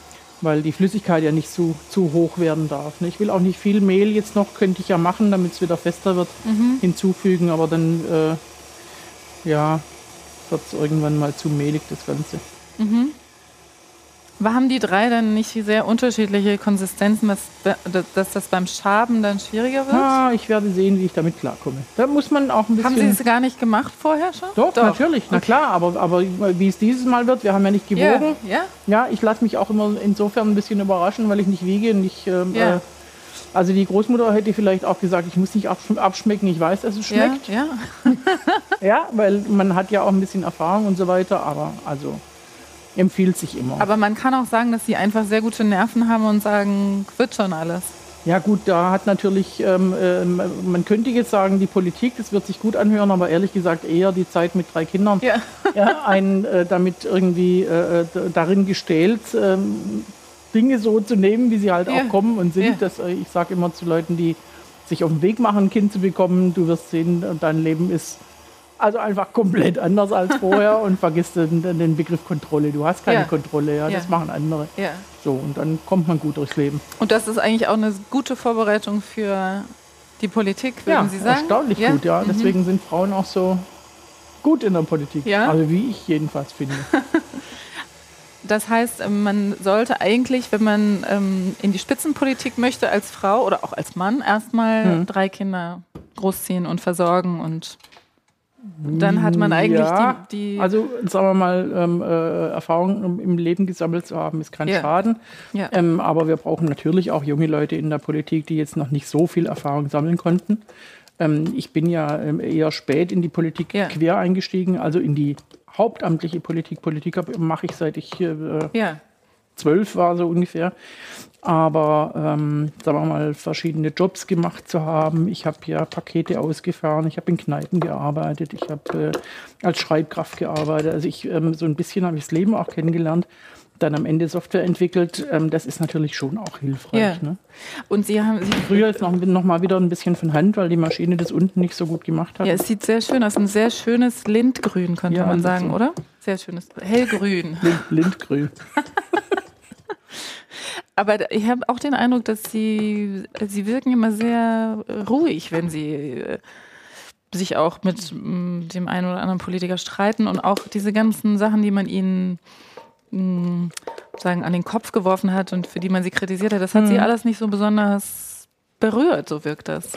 weil die Flüssigkeit ja nicht zu, zu hoch werden darf. Ne? Ich will auch nicht viel Mehl jetzt noch, könnte ich ja machen, damit es wieder fester wird, mhm. hinzufügen, aber dann äh, ja, wird es irgendwann mal zu mehlig, das Ganze. Mhm. Haben die drei dann nicht sehr unterschiedliche Konsistenzen, dass, dass das beim Schaben dann schwieriger wird? Ja, ich werde sehen, wie ich damit klarkomme. Da muss man auch ein bisschen... Haben Sie es gar nicht gemacht vorher schon? Doch, Doch. natürlich, na okay. klar, aber, aber wie es dieses Mal wird, wir haben ja nicht gewogen. Ja, ja. ja ich lasse mich auch immer insofern ein bisschen überraschen, weil ich nicht wiege. Nicht, ähm, ja. äh, also die Großmutter hätte vielleicht auch gesagt, ich muss nicht abschmecken, ich weiß, dass es schmeckt. Ja, ja. ja, weil man hat ja auch ein bisschen Erfahrung und so weiter, aber also... empfiehlt sich immer. Aber man kann auch sagen, dass sie einfach sehr gute Nerven haben und sagen, wird schon alles. Ja gut, da hat natürlich, ähm, äh, man könnte jetzt sagen, die Politik, das wird sich gut anhören, aber ehrlich gesagt eher die Zeit mit drei Kindern, ja. ja, einen äh, damit irgendwie äh, darin gestählt, ähm, Dinge so zu nehmen, wie sie halt ja. auch kommen und sind. Ja. Das, äh, ich sage immer zu Leuten, die sich auf den Weg machen, ein Kind zu bekommen, du wirst sehen, dein Leben ist also einfach komplett anders als vorher und vergisst den, den Begriff Kontrolle. Du hast keine ja. Kontrolle, ja, ja. das machen andere. Ja. So, und dann kommt man gut durchs Leben. Und das ist eigentlich auch eine gute Vorbereitung für die Politik, würden ja, Sie sagen? Erstaunlich ja? gut, ja. Mhm. Deswegen sind Frauen auch so gut in der Politik. Ja? Also wie ich jedenfalls finde. Das heißt, man sollte eigentlich, wenn man ähm, in die Spitzenpolitik möchte als Frau oder auch als Mann, erstmal mhm. drei Kinder großziehen und versorgen und dann hat man eigentlich ja, die, die... Also, sagen wir mal, ähm, äh, Erfahrung im Leben gesammelt zu haben, ist kein ja. Schaden. Ja. Ähm, aber wir brauchen natürlich auch junge Leute in der Politik, die jetzt noch nicht so viel Erfahrung sammeln konnten. Ähm, ich bin ja ähm, eher spät in die Politik ja. quer eingestiegen, also in die hauptamtliche Politik. Politik mache ich seit ich äh, ja. zwölf war, so ungefähr. Aber, ähm, sagen wir mal, verschiedene Jobs gemacht zu haben. Ich habe ja Pakete ausgefahren, ich habe in Kneipen gearbeitet, ich habe äh, als Schreibkraft gearbeitet. Also ich, ähm, so ein bisschen habe ich das Leben auch kennengelernt. Dann am Ende Software entwickelt. Ähm, das ist natürlich schon auch hilfreich. Ja. Ne? Und Sie haben... Sie Früher ist noch, noch mal wieder ein bisschen von Hand, weil die Maschine das unten nicht so gut gemacht hat. Ja, es sieht sehr schön aus. Ein sehr schönes Lindgrün, könnte ja, man sagen, so. Oder? Sehr schönes, hellgrün. Lind, Lindgrün. Aber ich habe auch den Eindruck, dass Sie, Sie wirken immer sehr ruhig, wenn Sie äh, sich auch mit m, dem einen oder anderen Politiker streiten und auch diese ganzen Sachen, die man Ihnen m, sagen, an den Kopf geworfen hat und für die man Sie kritisiert hat, das hat hm. Sie alles nicht so besonders berührt, so wirkt das.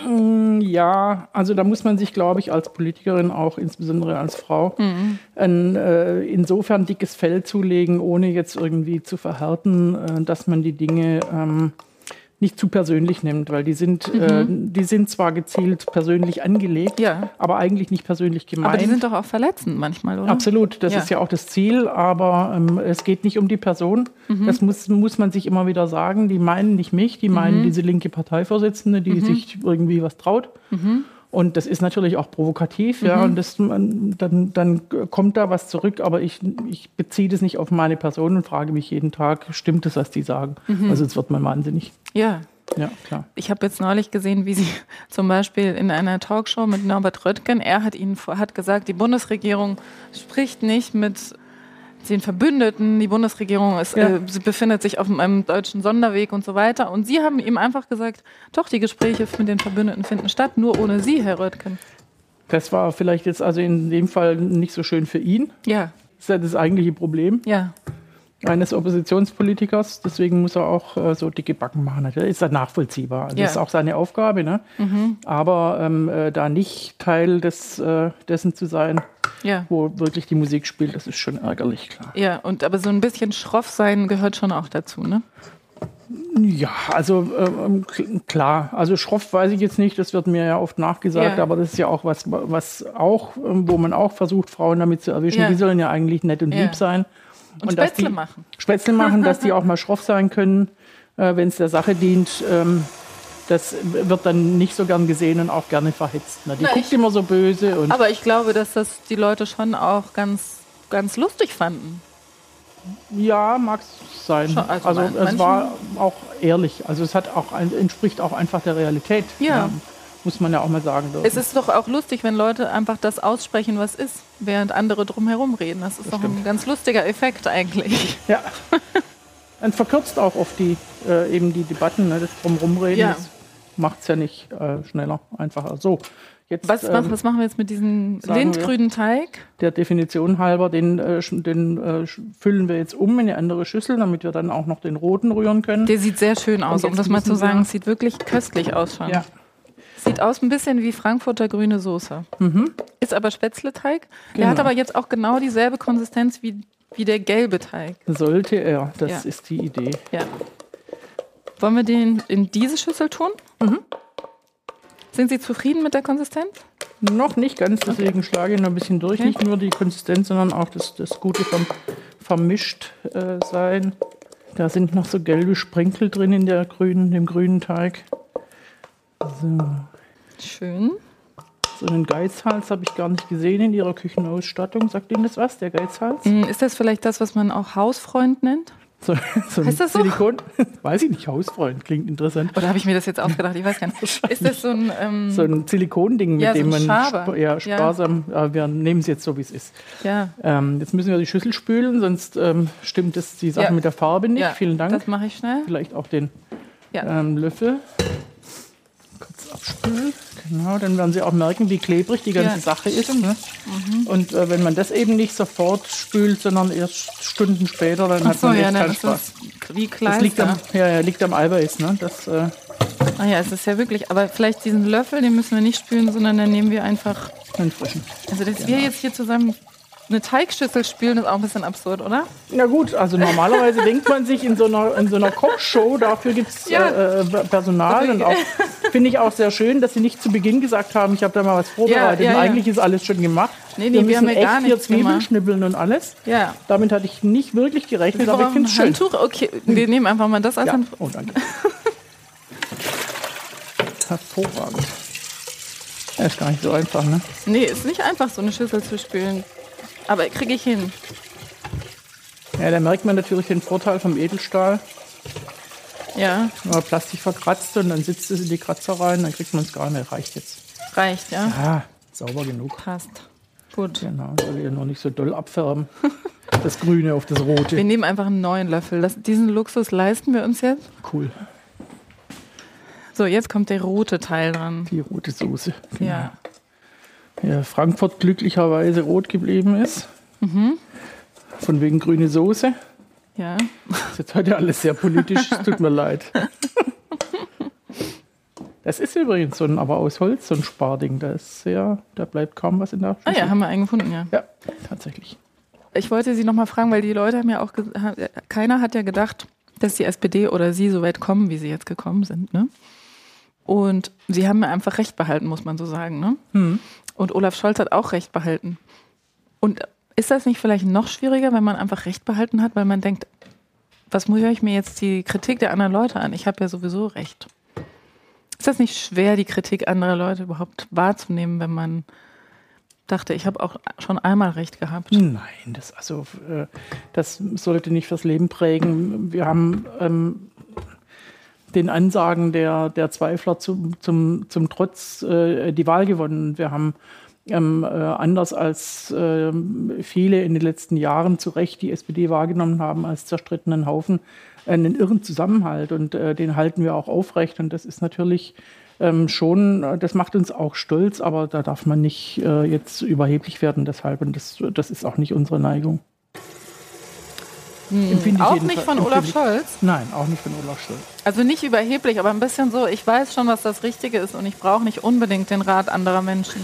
Ja, also da muss man sich, glaube ich, als Politikerin auch, insbesondere als Frau, mhm. ein, äh, insofern dickes Fell zulegen, ohne jetzt irgendwie zu verhärten, äh, dass man die Dinge ähm, nicht zu persönlich nimmt, weil die sind, mhm. äh, die sind zwar gezielt persönlich angelegt, ja. aber eigentlich nicht persönlich gemeint. Aber die sind doch auch verletzend manchmal, oder? Absolut, das ja. ist ja auch das Ziel, aber ähm, es geht nicht um die Person. Mhm. Das muss, muss man sich immer wieder sagen. Die meinen nicht mich, die meinen mhm. diese linke Parteivorsitzende, die mhm. sich irgendwie was traut. Mhm. Und das ist natürlich auch provokativ, mhm. ja, und das, dann, dann kommt da was zurück, aber ich, ich beziehe das nicht auf meine Person und frage mich jeden Tag, stimmt das, was die sagen? Mhm. Also jetzt wird man wahnsinnig. Ja. Ja, klar. Ich habe jetzt neulich gesehen, wie Sie zum Beispiel in einer Talkshow mit Norbert Röttgen, er hat Ihnen hat gesagt, die Bundesregierung spricht nicht mit den Verbündeten, die Bundesregierung ist, ja. äh, sie befindet sich auf einem deutschen Sonderweg und so weiter. Und Sie haben ihm einfach gesagt, doch, die Gespräche mit den Verbündeten finden statt, nur ohne Sie, Herr Röttgen. Das war vielleicht jetzt also in dem Fall nicht so schön für ihn. Ja. Das ist ja das eigentliche Problem. Ja. Eines Oppositionspolitikers, deswegen muss er auch äh, so dicke Backen machen. Das ist ja nachvollziehbar. Also ja. Das ist auch seine Aufgabe, ne? Mhm. Aber ähm, äh, da nicht Teil des, äh, dessen zu sein, ja. wo wirklich die Musik spielt, das ist schon ärgerlich, klar. Ja, und aber so ein bisschen schroff sein gehört schon auch dazu, ne? Ja, also ähm, klar, also schroff weiß ich jetzt nicht, das wird mir ja oft nachgesagt, ja. aber das ist ja auch was, was auch, wo man auch versucht, Frauen damit zu erwischen, ja. die sollen ja eigentlich nett und ja. lieb sein. Und, und Spätzle machen. Spätzle machen, dass die auch mal schroff sein können, äh, wenn es der Sache dient. Ähm, das wird dann nicht so gern gesehen und auch gerne verhetzt. Ne? Die Na, guckt ich, immer so böse. Und aber ich glaube, dass das die Leute schon auch ganz, ganz lustig fanden. Ja, mag es sein. Schon, also also es manchen, war auch ehrlich. Also es hat auch ein, entspricht auch einfach der Realität. Ja. ja. Muss man ja auch mal sagen dürfen. Es ist doch auch lustig, wenn Leute einfach das aussprechen, was ist, während andere drum herum reden. Das ist das doch stimmt. Ein ganz lustiger Effekt eigentlich. Ja. Dann verkürzt auch oft die, äh, eben die Debatten, ne, das Drumrumreden, Ja. das macht es ja nicht äh, schneller, einfacher. So, jetzt, Was, ähm, machen, was machen wir jetzt mit diesem sagen lindgrünen Teig? der Definition halber, den, äh, sch- den äh, sch- füllen wir jetzt um in eine andere Schüssel, damit wir dann auch noch den roten rühren können. Der sieht sehr schön aus, Und um jetzt das mal zu müssen wir- sagen. Es sieht wirklich köstlich aus schon. Ja. Sieht aus ein bisschen wie Frankfurter grüne Soße. Ist aber Spätzleteig. Der Genau. hat aber jetzt auch genau dieselbe Konsistenz wie, wie der gelbe Teig. Sollte er, das Ja. ist die Idee. Ja. Wollen wir den in diese Schüssel tun? Sind Sie zufrieden mit der Konsistenz? Noch nicht ganz, deswegen schlage ich noch ein bisschen durch. Okay. Nicht nur die Konsistenz, sondern auch das, das gute verm vermischt äh, sein. Da sind noch so gelbe Sprenkel drin in der grünen, dem grünen Teig. So, Schön. so einen Geizhals habe ich gar nicht gesehen in Ihrer Küchenausstattung. Sagt Ihnen das was, der Geizhals? Hm, Ist das vielleicht das, was man auch Hausfreund nennt? So, so ein Heißt das so? Silikon? Weiß ich nicht, Hausfreund, klingt interessant. Oder habe ich mir das jetzt ausgedacht? Ich weiß gar nicht. Ist das so ein... Ähm, So ein Silikonding, mit Ja, so dem ein man Schaber. sp ja, Ja. sparsam, ja. wir nehmen es jetzt so, wie es ist. ja, Ähm, jetzt müssen wir die Schüssel spülen, sonst ähm, stimmt das die Sache Ja. mit der Farbe nicht. ja, Vielen Dank. das mache ich schnell. Vielleicht auch den Ja. ähm, Löffel. Kurz abspülen. Genau, dann werden Sie auch merken, wie klebrig die ganze Ja, Sache ist. stimmt. Ne? Und äh, wenn man das eben nicht sofort spült, sondern erst Stunden später, dann Ach hat so, man echt ja, dann keinen ist Spaß. das wie Das liegt am, Kleister. ja, ja, liegt am Eiweiß. Ne? Das, äh, Ah ja, es ist ja wirklich... Aber vielleicht diesen Löffel, den müssen wir nicht spülen, sondern dann nehmen wir einfach... einen frischen. Also, dass wir jetzt hier zusammen eine Teigschüssel spülen, ist auch ein bisschen absurd, oder? Na gut, also normalerweise denkt man sich in so einer, in so einer Kochshow, dafür gibt es Ja. äh, äh, Personal. Und auch finde ich auch sehr schön, dass Sie nicht zu Beginn gesagt haben, ich habe da mal was vorbereitet. Ja, ja, und ja. eigentlich ist alles schon gemacht. Nee, nee, wir müssen haben ja echt gar hier nichts Zwiebeln gemacht. schnippeln und alles. Ja. Damit hatte ich nicht wirklich gerechnet, Wir aber ich brauchen finde es ein schön. Handtuch. Okay, wir nehmen einfach mal das als Ja. Handtuch. Oh, danke. Hervorragend. Das ist gar nicht so einfach, ne? Nee, ist nicht einfach, so eine Schüssel zu spülen. Aber kriege ich hin. Ja, da merkt man natürlich den Vorteil vom Edelstahl. Ja, Wenn man Plastik verkratzt und dann sitzt es in die Kratzer rein, dann kriegt man es gar nicht. Reicht jetzt. reicht, ja. Ah, sauber genug. Passt. Gut. Genau, soll ihr noch nicht so doll abfärben. Das Grüne auf das Rote. Wir nehmen einfach einen neuen Löffel. Das, diesen Luxus leisten wir uns jetzt. Cool. So, jetzt kommt der rote Teil dran. Die rote Soße. Genau. Ja. Ja, Frankfurt glücklicherweise rot geblieben ist. Von wegen grüne Soße. Ja. Das ist jetzt heute alles sehr politisch, es tut mir leid. Das ist übrigens so ein, aber aus Holz, so ein Sparding. Da ist sehr, da bleibt kaum was in der Ah Schüssel. ja, haben wir einen gefunden, ja. Ja, tatsächlich. Ich wollte Sie noch mal fragen, weil die Leute haben ja auch, ge- ha- keiner hat ja gedacht, dass die S P D oder Sie so weit kommen, wie sie jetzt gekommen sind. Ne? Und Sie haben ja einfach Recht behalten, muss man so sagen. Ne? Hm. Und Olaf Scholz hat auch Recht behalten. Und ist das nicht vielleicht noch schwieriger, wenn man einfach Recht behalten hat, weil man denkt, was muss ich mir jetzt die Kritik der anderen Leute an? Ich habe ja sowieso Recht. Ist das nicht schwer, die Kritik anderer Leute überhaupt wahrzunehmen, wenn man dachte, ich habe auch schon einmal Recht gehabt? Nein, das, also, äh, das sollte nicht fürs Leben prägen. Wir haben ähm, den Ansagen der, der Zweifler zum, zum, zum Trotz äh, die Wahl gewonnen. Wir haben ähm, äh, anders als äh, viele in den letzten Jahren zu Recht die S P D wahrgenommen haben als zerstrittenen Haufen, einen irren Zusammenhalt. Und äh, den halten wir auch aufrecht. Und das ist natürlich ähm, schon, äh, das macht uns auch stolz, aber da darf man nicht äh, jetzt überheblich werden deshalb. Und das, das ist auch nicht unsere Neigung. Empfinde ich Auch jedenfalls- nicht von empfinde Olaf ich- Scholz? Nein, auch nicht von Olaf Scholz. Also nicht überheblich, aber ein bisschen so, ich weiß schon, was das Richtige ist und ich brauche nicht unbedingt den Rat anderer Menschen.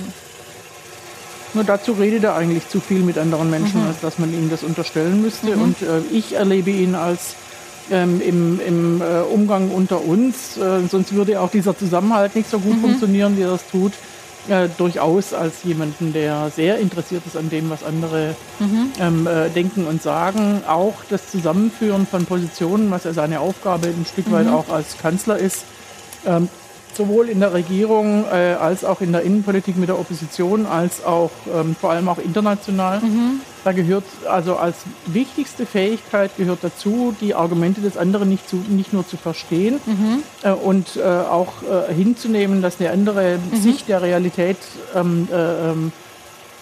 Nur dazu redet er eigentlich zu viel mit anderen Menschen, Mhm. als dass man ihm das unterstellen müsste. Und äh, ich erlebe ihn als ähm, im, im äh, Umgang unter uns, äh, sonst würde auch dieser Zusammenhalt nicht so gut Mhm. funktionieren, wie er es tut, äh, durchaus als jemanden, der sehr interessiert ist an dem, was andere Mhm. ähm, äh, denken und sagen. Auch das Zusammenführen von Positionen, was ja seine Aufgabe ein Stück weit Mhm. auch als Kanzler ist, ähm, sowohl in der Regierung äh, als auch in der Innenpolitik mit der Opposition, als auch ähm, vor allem auch international. Mhm. Da gehört also als wichtigste Fähigkeit gehört dazu, die Argumente des anderen nicht, zu, nicht nur zu verstehen Mhm. äh, und äh, auch äh, hinzunehmen, dass eine andere Mhm. Sicht der Realität ähm, äh, ähm,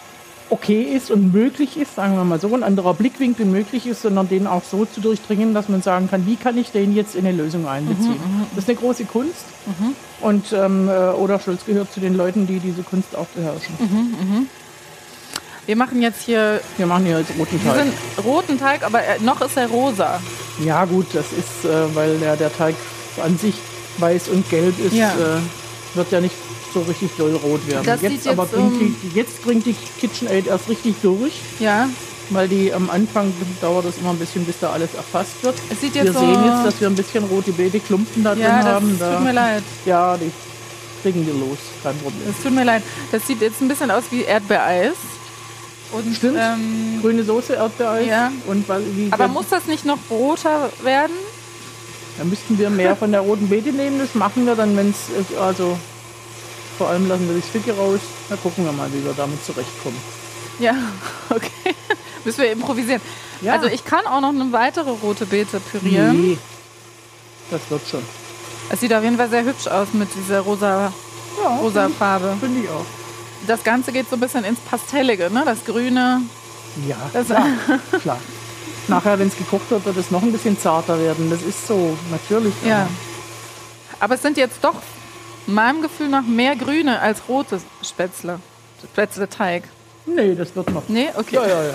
okay ist und möglich ist, sagen wir mal so, ein anderer Blickwinkel möglich ist, sondern den auch so zu durchdringen, dass man sagen kann, wie kann ich den jetzt in eine Lösung einbeziehen. Mhm, das ist eine große Kunst mhm. und ähm, Oda Schulz gehört zu den Leuten, die diese Kunst auch beherrschen. Mhm, mh. Wir machen jetzt hier... Wir machen hier jetzt roten Teig. Diesen roten Teig, aber noch ist er rosa. Ja gut, das ist, äh, weil der, der Teig an sich weiß und gelb ist, ja. Äh, wird ja nicht so richtig doll rot werden. Das jetzt jetzt, aber bringt, um die, jetzt bringt die KitchenAid erst richtig durch. Ja. Weil die am Anfang dauert es immer ein bisschen, bis da alles erfasst wird. Es sieht jetzt wir so sehen jetzt, dass wir ein bisschen rote Beete-Klumpen da drin ja, das haben. Das da, tut mir leid. Ja, die kriegen wir los, kein Problem. Das tut mir leid. Das sieht jetzt ein bisschen aus wie Erdbeereis. Und Stimmt, ähm, grüne Soße, Erdbeereis. Ja. Und weil, wie Aber muss das nicht noch roter werden? Da müssten wir mehr von der roten Beete nehmen. Das machen wir dann, wenn es, also vor allem lassen wir die Stücke raus. Da gucken wir mal, wie wir damit zurechtkommen. Ja, okay. Müssen wir improvisieren. Ja. Also ich kann auch noch eine weitere rote Beete pürieren. Nee, das wird schon. Es sieht auf jeden Fall sehr hübsch aus mit dieser rosa, ja, rosa find, Farbe. Finde ich auch. Das Ganze geht so ein bisschen ins Pastellige, ne? Das Grüne. Ja, das klar, klar. Nachher, wenn es gekocht wird, wird es noch ein bisschen zarter werden. Das ist so, natürlich. Ja. Aber es sind jetzt doch meinem Gefühl nach mehr grüne als rote Spätzle. Spätzle-Teig. Nee, das wird noch. Nee, okay. Ja, ja, ja.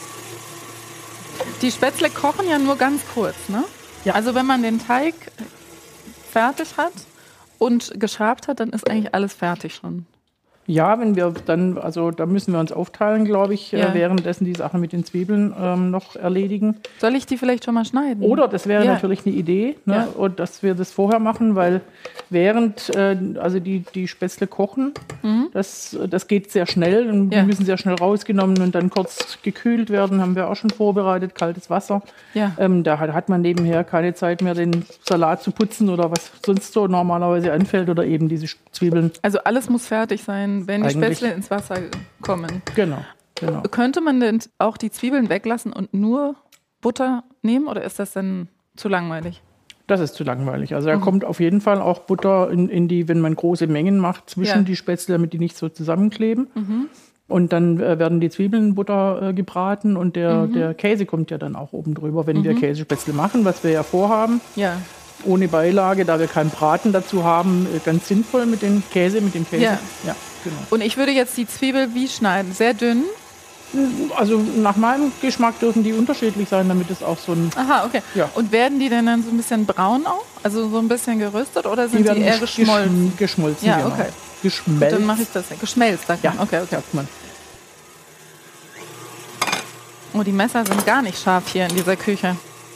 Die Spätzle kochen ja nur ganz kurz, ne? Ja. Also wenn man den Teig fertig hat und geschabt hat, dann ist eigentlich alles fertig schon. Ja, wenn wir dann, also da müssen wir uns aufteilen, glaube ich, ja. äh, währenddessen die Sache mit den Zwiebeln ähm, noch erledigen. Soll ich die vielleicht schon mal schneiden? Oder, das wäre ja. natürlich eine Idee, ne? Ja. Und dass wir das vorher machen, weil während äh, also die, die Spätzle kochen, mhm. das, das geht sehr schnell und ja. die müssen sehr schnell rausgenommen und dann kurz gekühlt werden, haben wir auch schon vorbereitet, kaltes Wasser. Ja. Ähm, da hat, hat man nebenher keine Zeit mehr, den Salat zu putzen oder was sonst so normalerweise anfällt oder eben diese Zwiebeln. Also alles muss fertig sein, wenn die Eigentlich. Spätzle ins Wasser kommen. Genau, genau. Könnte man denn auch die Zwiebeln weglassen und nur Butter nehmen oder ist das dann zu langweilig? Das ist zu langweilig. Also da Mhm. kommt auf jeden Fall auch Butter in, in die, wenn man große Mengen macht, zwischen Ja. die Spätzle, damit die nicht so zusammenkleben. Mhm. Und dann äh, werden die Zwiebeln in Butter äh, gebraten und der, Mhm. der Käse kommt ja dann auch oben drüber, wenn Mhm. wir Käsespätzle machen, was wir ja vorhaben. Ja. Ohne Beilage, da wir keinen Braten dazu haben, äh, ganz sinnvoll mit dem Käse, mit dem Käse. Ja. Ja, genau. Und ich würde jetzt die Zwiebel wie schneiden? Sehr dünn? Also nach meinem Geschmack dürfen die unterschiedlich sein, damit es auch so ein... Aha, okay. Ja. Und werden die denn dann so ein bisschen braun auch? Also so ein bisschen geröstet oder sind die, werden eher gesch- geschmolzen? geschm- Geschmolzen, Ja, genau. okay. Geschmelzt. Dann mache ich das ja. Geschmelzt, sagt Ja, man. Okay, okay. sagt man. Oh, die Messer sind gar nicht scharf hier in dieser Küche.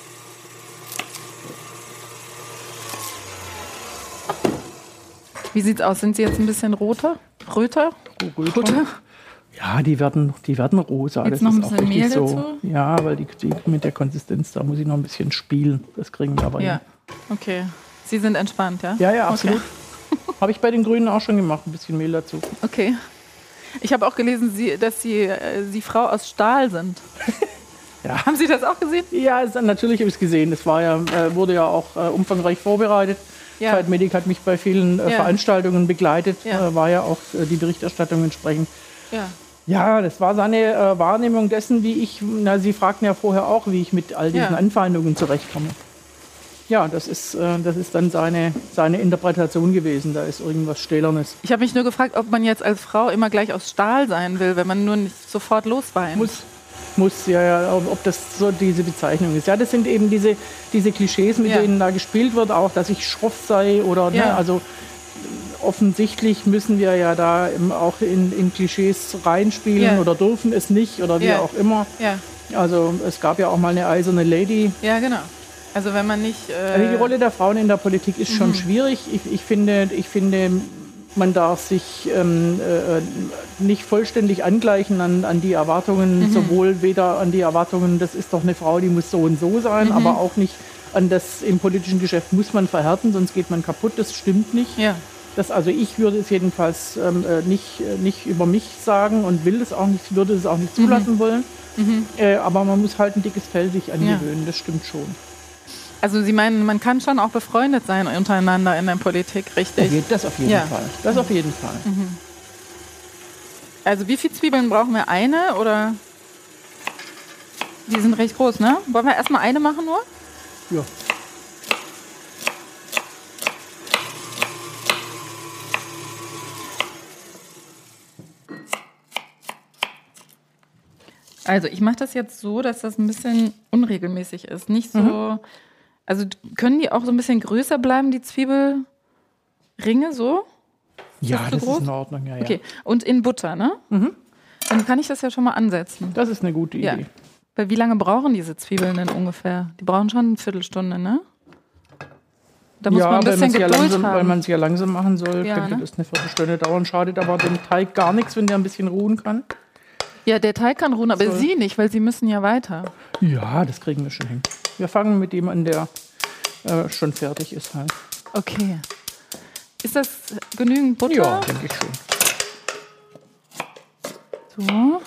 Wie sieht's aus? Sind sie jetzt ein bisschen roter? Röter? Röter? Röter? Ja, die werden, die werden rosa. Jetzt das noch ein ist auch bisschen Mehl so. dazu? Ja, weil die, die mit der Konsistenz, da muss ich noch ein bisschen spielen. Das kriegen wir aber Ja, hin. okay. Sie sind entspannt, ja? Ja, ja, absolut. Okay. Habe ich bei den Grünen auch schon gemacht, ein bisschen Mehl dazu. Okay. Ich habe auch gelesen, Sie, dass Sie, äh, Sie Frau aus Stahl sind. Ja. Haben Sie das auch gesehen? Ja, es, natürlich habe ich es gesehen. Das war ja, äh, wurde ja auch äh, umfangreich vorbereitet. Ja. Zeitmedic hat mich bei vielen äh, Ja. Veranstaltungen begleitet. Ja. Äh, war ja auch äh, die Berichterstattung entsprechend. Ja. Ja, das war seine äh, Wahrnehmung dessen, wie ich, na, Sie fragten ja vorher auch, wie ich mit all diesen Ja. Anfeindungen zurechtkomme. Ja, das ist, äh, das ist dann seine, seine Interpretation gewesen. Da ist irgendwas Stählernes. Ich habe mich nur gefragt, ob man jetzt als Frau immer gleich aus Stahl sein will, wenn man nur nicht sofort losweint. Muss, muss, ja, ja, ob ob das so diese Bezeichnung ist. Ja, das sind eben diese, diese Klischees, mit Ja. denen da gespielt wird, auch, dass ich schroff sei oder, Ja. ne, also offensichtlich müssen wir ja da eben auch in, in Klischees reinspielen Ja. oder dürfen es nicht oder wie Ja. auch immer. Ja, Also es gab ja auch mal eine eiserne Lady. ja, genau. Also wenn man nicht... Äh, Also die Rolle der Frauen in der Politik ist schon Mhm. schwierig. Ich, ich, finde, ich finde, man darf sich ähm, äh, nicht vollständig angleichen an, an die Erwartungen, Mhm. sowohl weder an die Erwartungen, das ist doch eine Frau, die muss so und so sein, Mhm. aber auch nicht an das im politischen Geschäft muss man verhärten, sonst geht man kaputt. Das stimmt nicht. Ja. Das, also ich würde es jedenfalls ähm, äh, nicht, äh, nicht über mich sagen und will es auch nicht, würde es auch nicht zulassen wollen. Mhm. Äh, aber man muss halt ein dickes Fell sich angewöhnen, das stimmt schon. Also Sie meinen, man kann schon auch befreundet sein untereinander in der Politik, richtig? Das auf jeden Ja. Fall. Das auf jeden Fall. Mhm. Also wie viele Zwiebeln brauchen wir? Eine oder? Die sind recht groß, ne? Wollen wir erstmal eine machen nur? Ja. Also ich mache das jetzt so, dass das ein bisschen unregelmäßig ist. Nicht so. Mhm. Also können die auch so ein bisschen größer bleiben, die Zwiebelringe so? Ist ja, das, so das ist in Ordnung. Ja, ja. Okay. Und in Butter, ne? Mhm. Dann kann ich das ja schon mal ansetzen. Das ist eine gute Idee. Ja. Weil wie lange brauchen diese Zwiebeln denn ungefähr? Die brauchen schon eine Viertelstunde, ne? Da muss ja, man ein bisschen Geduld ja langsam, haben. Weil man es ja langsam machen soll, ja, könnte ne? das eine Viertelstunde dauern. Schadet aber dem Teig gar nichts, wenn der ein bisschen ruhen kann. Ja, der Teig kann ruhen, aber so. Sie nicht, weil Sie müssen ja weiter. Ja, das kriegen wir schon hin. Wir fangen mit dem an, der äh, schon fertig ist halt. Okay. Ist das genügend Butter? Ja, denke ich schon. So.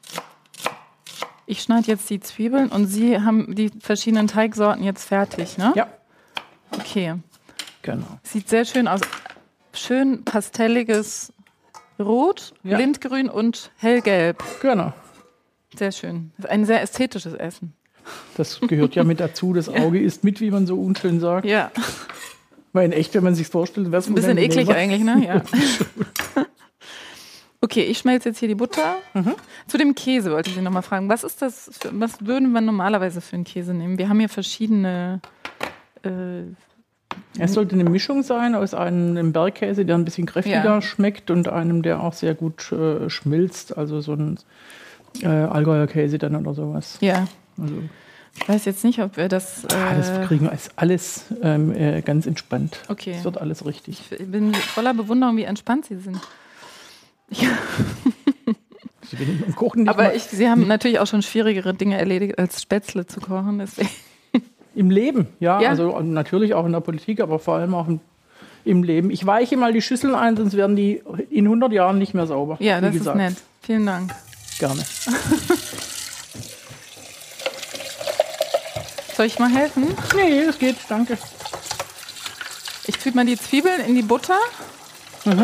Ich schneide jetzt die Zwiebeln und Sie haben die verschiedenen Teigsorten jetzt fertig, ne? Ja. Okay. Genau. Sieht sehr schön aus. Schön pastelliges Rot, ja. Lindgrün und hellgelb. Genau. Sehr schön. Das ist ein sehr ästhetisches Essen. Das gehört ja mit dazu. Das Auge isst mit, wie man so unschön sagt. Ja. Weil in echt, wenn man sich vorstellt, wäre es ein bisschen eklig eigentlich, ne? Ja. Okay, ich schmelze jetzt hier die Butter. Mhm. Zu dem Käse wollte ich Sie nochmal fragen. Was ist das, für, was würden wir normalerweise für einen Käse nehmen? Wir haben hier verschiedene... Äh, es sollte eine Mischung sein aus einem Bergkäse, der ein bisschen kräftiger ja. schmeckt und einem, der auch sehr gut äh, schmilzt. Also so ein äh, Allgäuer Käse dann oder sowas. Ja. Also, ich weiß jetzt nicht, ob wir das... Äh ah, das kriegen wir alles ähm, äh, ganz entspannt. Okay. Das wird alles richtig. Ich bin voller Bewunderung, wie entspannt Sie sind. Ja. Sie im Kochen nicht Aber ich, Sie haben natürlich auch schon schwierigere Dinge erledigt, als Spätzle zu kochen. Deswegen. Im Leben, ja, ja. Also natürlich auch in der Politik, aber vor allem auch im, im Leben. Ich weiche mal die Schüsseln ein, sonst werden die in hundert Jahren nicht mehr sauber. Ja, das gesagt. Ist nett. Vielen Dank. Gerne. Soll ich mal helfen? Nee, das geht, danke. Ich tue mal die Zwiebeln in die Butter. Mhm.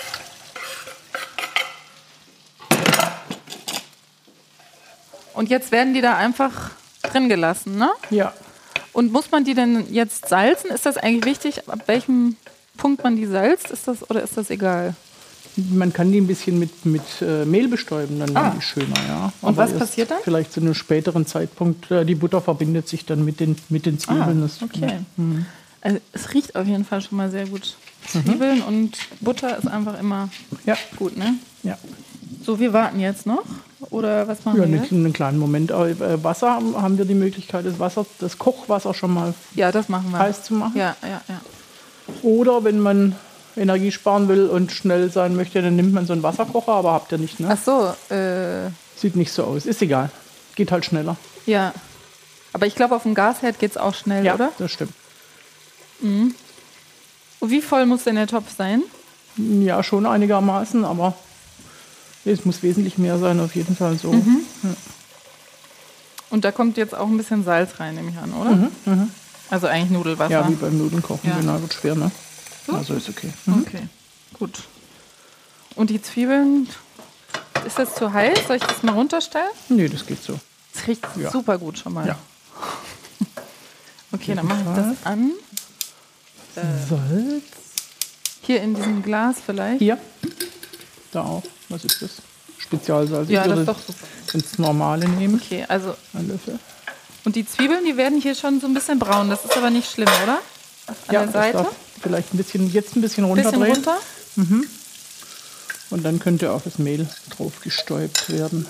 Und jetzt werden die da einfach drin gelassen, ne? Ja. Und muss man die denn jetzt salzen? Ist das eigentlich wichtig, ab welchem Punkt man die salzt? Ist das, oder ist das egal? Man kann die ein bisschen mit, mit äh, Mehl bestäuben, dann ah. werden die schöner, ja. Und aber was passiert dann? Vielleicht zu einem späteren Zeitpunkt, äh, die Butter verbindet sich dann mit den, mit den Zwiebeln. Ah, das, okay. Ja. Mhm. Also es riecht auf jeden Fall schon mal sehr gut. Zwiebeln mhm. und Butter ist einfach immer ja. gut, ne? Ja. So, wir warten jetzt noch? Oder was machen ja, wir jetzt? einen kleinen Moment. Äh, Wasser haben, haben wir die Möglichkeit, das Wasser, das Kochwasser schon mal ja, das machen wir. heiß zu machen. Ja, ja, ja. Oder wenn man Energie sparen will und schnell sein möchte, dann nimmt man so einen Wasserkocher, aber habt ihr nicht, ne? Ach so. Äh Sieht nicht so aus. Ist egal. Geht halt schneller. Ja. Aber ich glaube, auf dem Gasherd geht es auch schnell, ja, oder? Ja, das stimmt. Mhm. Und wie voll muss denn der Topf sein? Ja, schon einigermaßen, aber es muss wesentlich mehr sein, auf jeden Fall so. Mhm. Ja. Und da kommt jetzt auch ein bisschen Salz rein, nehme ich an, oder? Mhm, mh. Also eigentlich Nudelwasser. Ja, wie beim Nudelnkochen, ja. Genau, wird schwer, ne? So? Also ist okay. Mhm. Okay, gut. Und die Zwiebeln, ist das zu heiß? Soll ich das mal runterstellen? Nee, das geht so. Das riecht ja. super gut schon mal. Ja. Okay, dann mache ich das an. Äh, Salz. Hier in diesem Glas vielleicht? Hier. Da auch. Was ist das? Spezialsalz. Ja, ich das ist doch super. Ins Normale nehmen. Okay, also. Ein Löffel. Und die Zwiebeln, die werden hier schon so ein bisschen braun. Das ist aber nicht schlimm, oder? An ja, der Seite. Das darf vielleicht ein bisschen, jetzt ein bisschen runterdrehen. Bisschen runter? Mhm. Und dann könnte auch das Mehl drauf gestäubt werden.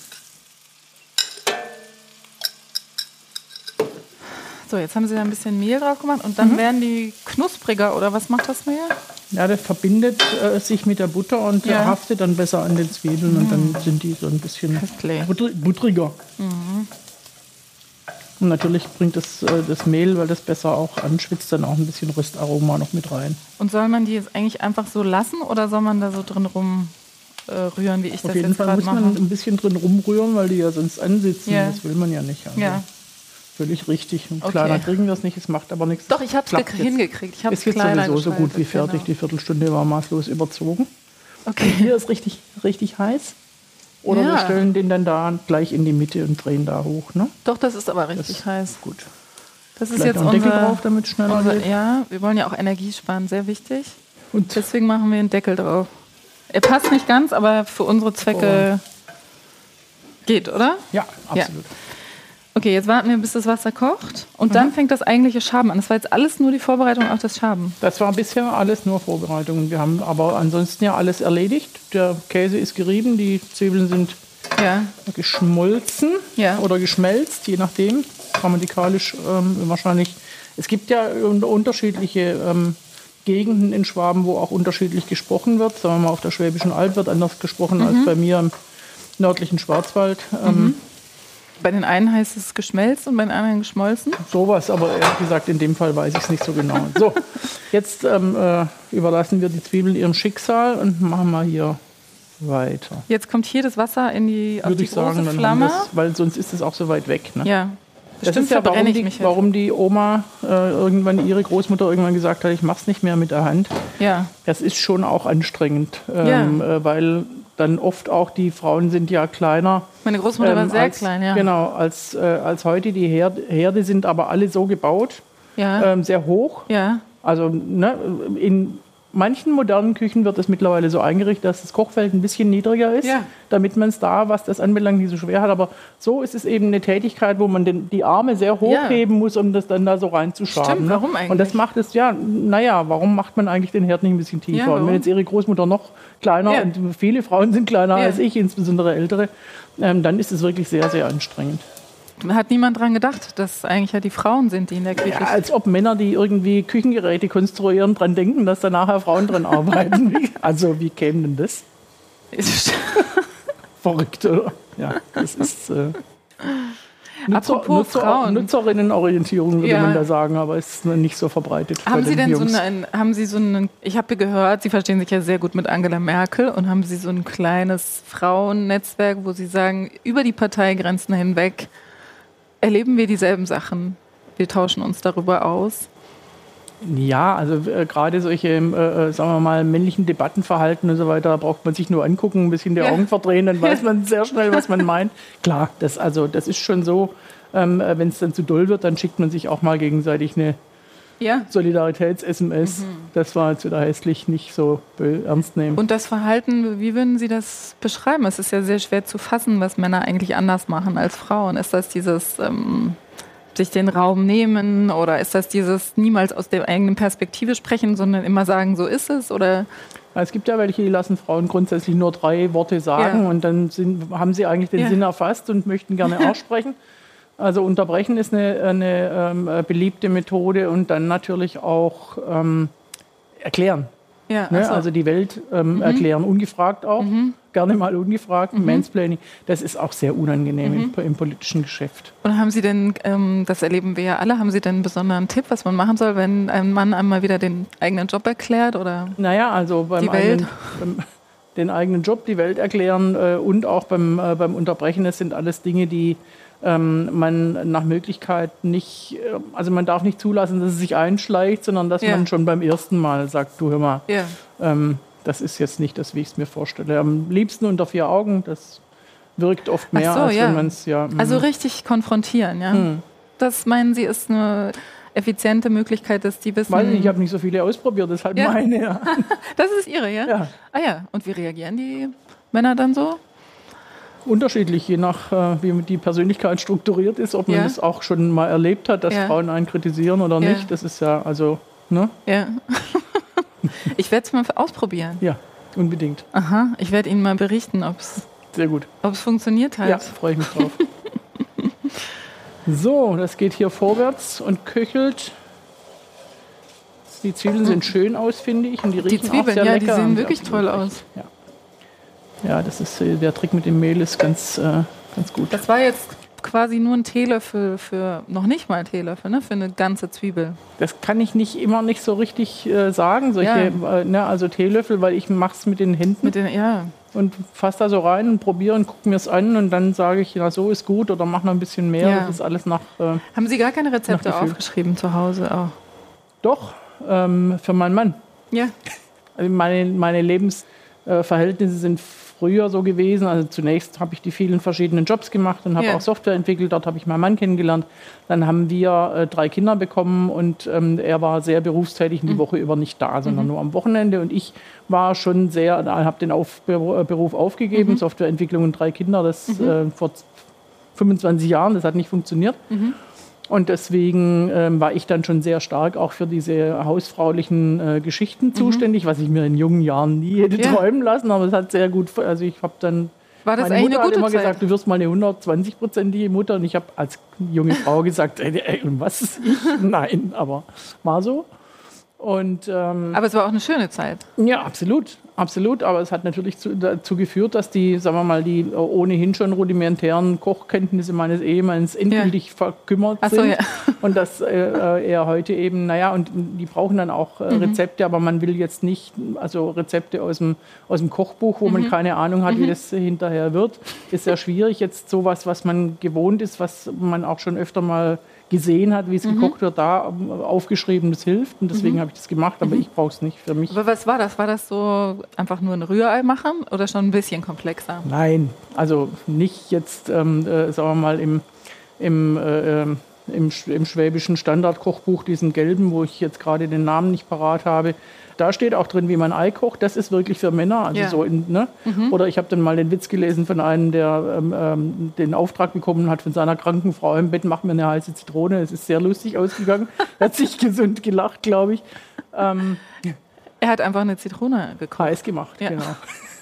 So, jetzt haben Sie da ein bisschen Mehl drauf gemacht und dann mhm. werden die knuspriger, oder was macht das Mehl? Ja, das verbindet äh, sich mit der Butter und ja. haftet dann besser an den Zwiebeln mhm. und dann sind die so ein bisschen butter- buttriger. Mhm. Und natürlich bringt das, äh, das Mehl, weil das besser auch anschwitzt, dann auch ein bisschen Röstaroma noch mit rein. Und soll man die jetzt eigentlich einfach so lassen oder soll man da so drin rumrühren, äh, wie ich das Auf jeden jetzt Fall gerade muss mache? man ein bisschen drin rumrühren, weil die ja sonst ansitzen. Ja. Das will man ja nicht. Also ja. Völlig richtig. Und okay. Kleiner kriegen wir es nicht, es macht aber nichts. Doch, ich habe es hingekriegt. Ich habe es ist jetzt sowieso so gut wie fertig. Die Viertelstunde war maßlos überzogen. Okay. Hier ist richtig, richtig heiß. Oder Ja. wir stellen den dann da gleich in die Mitte und drehen da hoch. Ne? Doch, das ist aber richtig Das- heiß. Gut. Das ist Vielleicht jetzt noch einen unser, Deckel drauf, damit es schneller unser, geht. ja, wir wollen ja auch Energie sparen, sehr wichtig. Und Deswegen machen wir einen Deckel drauf. Er passt nicht ganz, aber für unsere Zwecke geht, oder? ja, absolut. Okay, jetzt warten wir, bis das Wasser kocht. Und dann fängt das eigentliche Schaben an. Das war jetzt alles nur die Vorbereitung auf das Schaben. Das war bisher alles nur Vorbereitung. Wir haben aber ansonsten ja alles erledigt. Der Käse ist gerieben, die Zwiebeln sind Ja. geschmolzen Ja. oder geschmelzt, je nachdem. Grammatikalisch ähm, wahrscheinlich. Es gibt ja un- unterschiedliche ähm, Gegenden in Schwaben, wo auch unterschiedlich gesprochen wird. Sagen wir mal, auf der Schwäbischen Alb wird anders gesprochen als bei mir im nördlichen Schwarzwald. Ähm, Bei den einen heißt es geschmelzt und bei den anderen geschmolzen. Sowas, aber ehrlich gesagt, in dem Fall weiß ich es nicht so genau. So, jetzt ähm, äh, überlassen wir die Zwiebeln ihrem Schicksal und machen mal hier weiter. Jetzt kommt hier das Wasser in die, auf Würde die ich große sagen, dann haben Flamme. das, weil sonst ist es auch so weit weg. Ne? Ja, Das bestimmt ist ja, warum verbrenne ich die, mich jetzt. warum die Oma äh, irgendwann, ihre Großmutter irgendwann gesagt hat, ich mach's nicht mehr mit der Hand. Ja, Das ist schon auch anstrengend, ähm, Ja. äh, weil dann oft auch die Frauen sind ja kleiner. meine Großmutter war ähm, sehr als, klein, ja. Genau, als, äh, als heute. Die Herde, Herde sind aber alle so gebaut, Ja, ähm, sehr hoch. ja, Also ne, in manchen modernen Küchen wird es mittlerweile so eingerichtet, dass das Kochfeld ein bisschen niedriger ist, Ja. damit man es da, was das anbelangt, nicht so schwer hat. Aber so ist es eben eine Tätigkeit, wo man den, die Arme sehr hochheben muss, um das dann da so reinzuschaben. Stimmt, ne? warum eigentlich? Und das macht es, ja, naja, warum macht man eigentlich den Herd nicht ein bisschen tiefer? Ja, Und warum? wenn jetzt Ihre Großmutter noch kleiner, Ja. und viele Frauen sind kleiner Ja. als ich, insbesondere ältere, ähm, dann ist es wirklich sehr, sehr anstrengend. hat niemand dran gedacht, dass eigentlich ja die Frauen sind, die in der Küche Ja, als ob Männer, die irgendwie Küchengeräte konstruieren, dran denken, dass da nachher Frauen dran arbeiten. Also wie käme denn das? ist. Verrückt, oder? Ja, das ist äh, Nutzer, Apropos Nutzer, Frauen. Nutzerinnenorientierung, würde Ja. man da sagen, aber es ist nicht so verbreitet. bei Haben Sie den denn so Jungs. einen, haben Sie so einen, ich habe gehört, Sie verstehen sich ja sehr gut mit Angela Merkel und haben Sie so ein kleines Frauennetzwerk, wo Sie sagen, über die Parteigrenzen hinweg erleben wir dieselben Sachen. Wir tauschen uns darüber aus. Ja, also äh, gerade solche, äh, sagen wir mal, männlichen Debattenverhalten und so weiter, da braucht man sich nur angucken, ein bisschen die Ja. Augen verdrehen, dann weiß man sehr schnell, was man meint. Klar, das, also, das ist schon so, ähm, wenn es dann zu doll wird, dann schickt man sich auch mal gegenseitig eine Ja. Solidaritäts-S M S. Das war jetzt wieder hässlich, nicht so bö- ernst nehmen. Und das Verhalten, wie würden Sie das beschreiben? Es ist ja sehr schwer zu fassen, was Männer eigentlich anders machen als Frauen. Ist das dieses ähm, sich den Raum nehmen oder ist das dieses niemals aus der eigenen Perspektive sprechen, sondern immer sagen, so ist es? Oder Es gibt ja welche, die lassen Frauen grundsätzlich nur drei Worte sagen Ja. und dann sind, haben sie eigentlich den Ja. Sinn erfasst und möchten gerne aussprechen. Also unterbrechen ist eine, eine ähm, beliebte Methode und dann natürlich auch ähm, erklären. ja, Ne? ach so. Also die Welt ähm, erklären, ungefragt auch, gerne mal ungefragt. Mansplaining, das ist auch sehr unangenehm im, im politischen Geschäft. Und haben Sie denn, ähm, das erleben wir ja alle, haben Sie denn einen besonderen Tipp, was man machen soll, wenn ein Mann einmal wieder den eigenen Job erklärt? Oder? Naja, also beim Die Welt. eigenen, beim, den eigenen Job, die Welt erklären äh, und auch beim, äh, beim Unterbrechen, das sind alles Dinge, die ähm, man nach Möglichkeit nicht, äh, also man darf nicht zulassen, dass es sich einschleicht, sondern dass Ja. man schon beim ersten Mal sagt, du hör mal, Ja. ähm, das ist jetzt nicht das, wie ich es mir vorstelle. Am liebsten unter vier Augen, das wirkt oft mehr, Ach so, als ja. wenn man es ja... mm. Also richtig konfrontieren, ja? Hm. Das meinen Sie, ist eine effiziente Möglichkeit, dass die wissen... Weiß nicht, ich habe nicht so viele ausprobiert, das ist halt Ja. meine. Ja. Das ist Ihre, ja? Ja. Ah ja, und wie reagieren die Männer dann so? Unterschiedlich, je nach äh, wie die Persönlichkeit strukturiert ist, ob man Ja. das auch schon mal erlebt hat, dass Ja. Frauen einen kritisieren oder Ja. nicht. Das ist ja, also, ne? Ja. Ich werde es mal ausprobieren. Ja, unbedingt. Aha, ich werde Ihnen mal berichten, ob es Sehr gut. funktioniert hat. Ja, freue ich mich drauf. So, das geht hier vorwärts und köchelt. Die Zwiebeln sehen schön aus, finde ich. Und die Die riechen auch Zwiebeln, sehr ja, lecker. die Haben sehen Sie wirklich absolut toll recht. aus. Ja, ja, das ist äh, der Trick mit dem Mehl ist ganz, äh, ganz gut. Das war jetzt quasi nur ein Teelöffel für, noch nicht mal ein Teelöffel, ne, für eine ganze Zwiebel. Das kann ich nicht immer nicht so richtig äh, sagen, solche, äh, ne, also Teelöffel, weil ich mache es mit den Händen Mit den, ja. und fasse da so rein und probiere und gucke mir es an und dann sage ich, na so ist gut oder mach noch ein bisschen mehr. Ja. Das ist alles nach, äh, Haben Sie gar keine Rezepte Nach Gefühl. aufgeschrieben zu Hause auch? doch, ähm, für meinen Mann. Ja. Also meine, meine Lebens, äh, Verhältnisse sind früher so gewesen. Also zunächst habe ich die vielen verschiedenen Jobs gemacht und habe Ja. auch Software entwickelt. Dort habe ich meinen Mann kennengelernt. Dann haben wir äh, drei Kinder bekommen und ähm, er war sehr berufstätig und die Mhm. Woche über nicht da, sondern mhm. nur am Wochenende. Und ich war schon sehr, habe den Auf, Beruf aufgegeben, mhm. Softwareentwicklung und drei Kinder, das mhm. äh, vor fünfundzwanzig Jahren, das hat nicht funktioniert. Mhm. Und deswegen ähm, war ich dann schon sehr stark auch für diese hausfraulichen äh, Geschichten mhm. zuständig, was ich mir in jungen Jahren nie hätte ja. träumen lassen. Aber es hat sehr gut, also ich habe dann, war das meine Mutter eine gute hat immer Zeit? gesagt, du wirst mal eine hundertzwanzig-prozentige Mutter. Und ich habe als junge Frau gesagt, ey, ey, und was ist ich? Nein, aber war so. Und, ähm, aber es war auch eine schöne Zeit. Ja, absolut. Absolut, aber es hat natürlich zu, dazu geführt, dass die, sagen wir mal, die ohnehin schon rudimentären Kochkenntnisse meines Ehemanns endgültig ja. verkümmert Ach so, sind. ja. Und dass äh, er heute eben, naja, und die brauchen dann auch äh, Rezepte, mhm. aber man will jetzt nicht, also Rezepte aus dem, aus dem Kochbuch, wo mhm. man keine Ahnung hat, mhm. wie das hinterher wird, ist sehr schwierig. Jetzt sowas, was man gewohnt ist, was man auch schon öfter mal gesehen hat, wie es mhm. gekocht wird, da aufgeschrieben, das hilft. Und deswegen mhm. habe ich das gemacht, aber mhm. ich brauche es nicht für mich. Aber was war das? War das so einfach nur ein Rührei machen oder schon ein bisschen komplexer? Nein, also nicht jetzt, ähm, äh, sagen wir mal, im, im, äh, im, im schwäbischen Standardkochbuch, diesen gelben, wo ich jetzt gerade den Namen nicht parat habe. Da steht auch drin, wie man Ei kocht. Das ist wirklich für Männer. Also ja. so in, ne? mhm. Oder ich habe dann mal den Witz gelesen von einem, der ähm, den Auftrag bekommen hat von seiner kranken Frau im Bett, mach mir eine heiße Zitrone. Es ist sehr lustig ausgegangen. Er hat sich gesund gelacht, glaube ich. Ähm, er hat einfach eine Zitrone gekocht. Heiß gemacht, ja. Genau.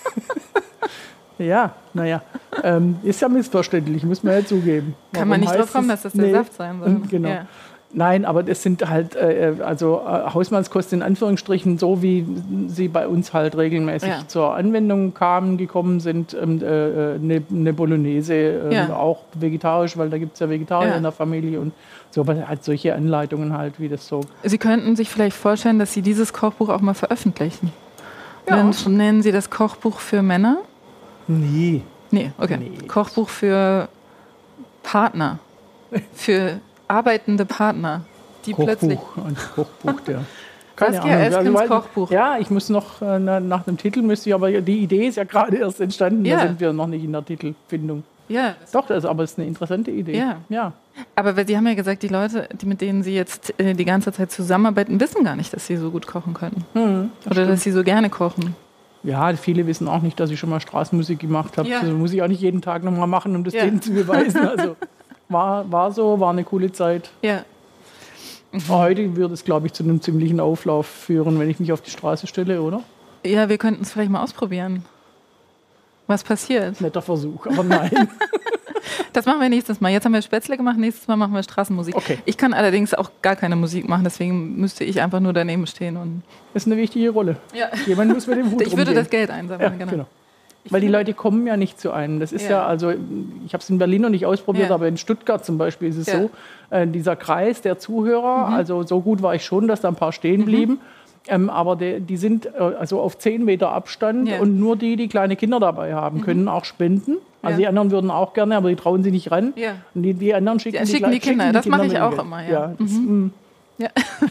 Ja, naja. Ähm, ist ja missverständlich, muss man ja zugeben. Kann Warum man nicht drauf kommen, dass das der nee. Saft sein soll. Genau. Ja. Nein, aber das sind halt äh, also äh, Hausmannskost in Anführungsstrichen, so wie sie bei uns halt regelmäßig ja. zur Anwendung kamen, gekommen sind. Ähm, äh, eine, eine Bolognese, äh, ja. auch vegetarisch, weil da gibt es ja Vegetarier ja. in der Familie und so, aber halt solche Anleitungen halt, wie das so. Sie könnten sich vielleicht vorstellen, dass Sie dieses Kochbuch auch mal veröffentlichen. Ja. Dann nennen Sie das Kochbuch für Männer? Nee. Nee, okay. Nee. Kochbuch für Partner. Für arbeitende Partner, die Kochbuch, plötzlich... ein Kochbuch, der... Keine Saskia Ahnung. Eskens Also, Kochbuch. Ja, ich muss noch, äh, nach dem Titel müsste ich, aber die Idee ist ja gerade erst entstanden, ja. da sind wir noch nicht in der Titelfindung. Ja. Doch, das, aber es ist eine interessante Idee. Ja. ja. Aber weil Sie haben ja gesagt, die Leute, die, mit denen Sie jetzt äh, die ganze Zeit zusammenarbeiten, wissen gar nicht, dass Sie so gut kochen können. Hm, das Oder stimmt. dass Sie so gerne kochen. Ja, viele wissen auch nicht, dass ich schon mal Straßenmusik gemacht habe. Ja. Also muss ich auch nicht jeden Tag nochmal machen, um das ja. denen zu beweisen. Also war, war so, war eine coole Zeit. Ja. Mhm. Heute würde es, glaube ich, zu einem ziemlichen Auflauf führen, wenn ich mich auf die Straße stelle, oder? Ja, wir könnten es vielleicht mal ausprobieren. Was passiert? Netter Versuch, aber nein. Das machen wir nächstes Mal. Jetzt haben wir Spätzle gemacht, nächstes Mal machen wir Straßenmusik. Okay. Ich kann allerdings auch gar keine Musik machen, deswegen müsste ich einfach nur daneben stehen. Und das ist eine wichtige Rolle. Ja. Jemand muss mit dem Hut Ich würde rumgehen. das Geld einsammeln, ja, genau. genau. Weil die Leute kommen ja nicht zu einem. Das ist ja, Ja. also ich habe es in Berlin noch nicht ausprobiert, Ja. aber in Stuttgart zum Beispiel ist es Ja. so, äh, dieser Kreis der Zuhörer, Mhm. also so gut war ich schon, dass da ein paar stehen blieben. Ähm, aber de, die sind äh, also auf zehn Meter Abstand Ja. und nur die, die kleine Kinder dabei haben, können auch spenden. Also Ja. die anderen würden auch gerne, aber die trauen sich nicht ran. Ja. Und die, die anderen schicken, Ja, schicken die, die Kinder. schicken die Das mache ich Kinder auch mit. immer. Ja. Ja, das, Mhm. mh. Ja.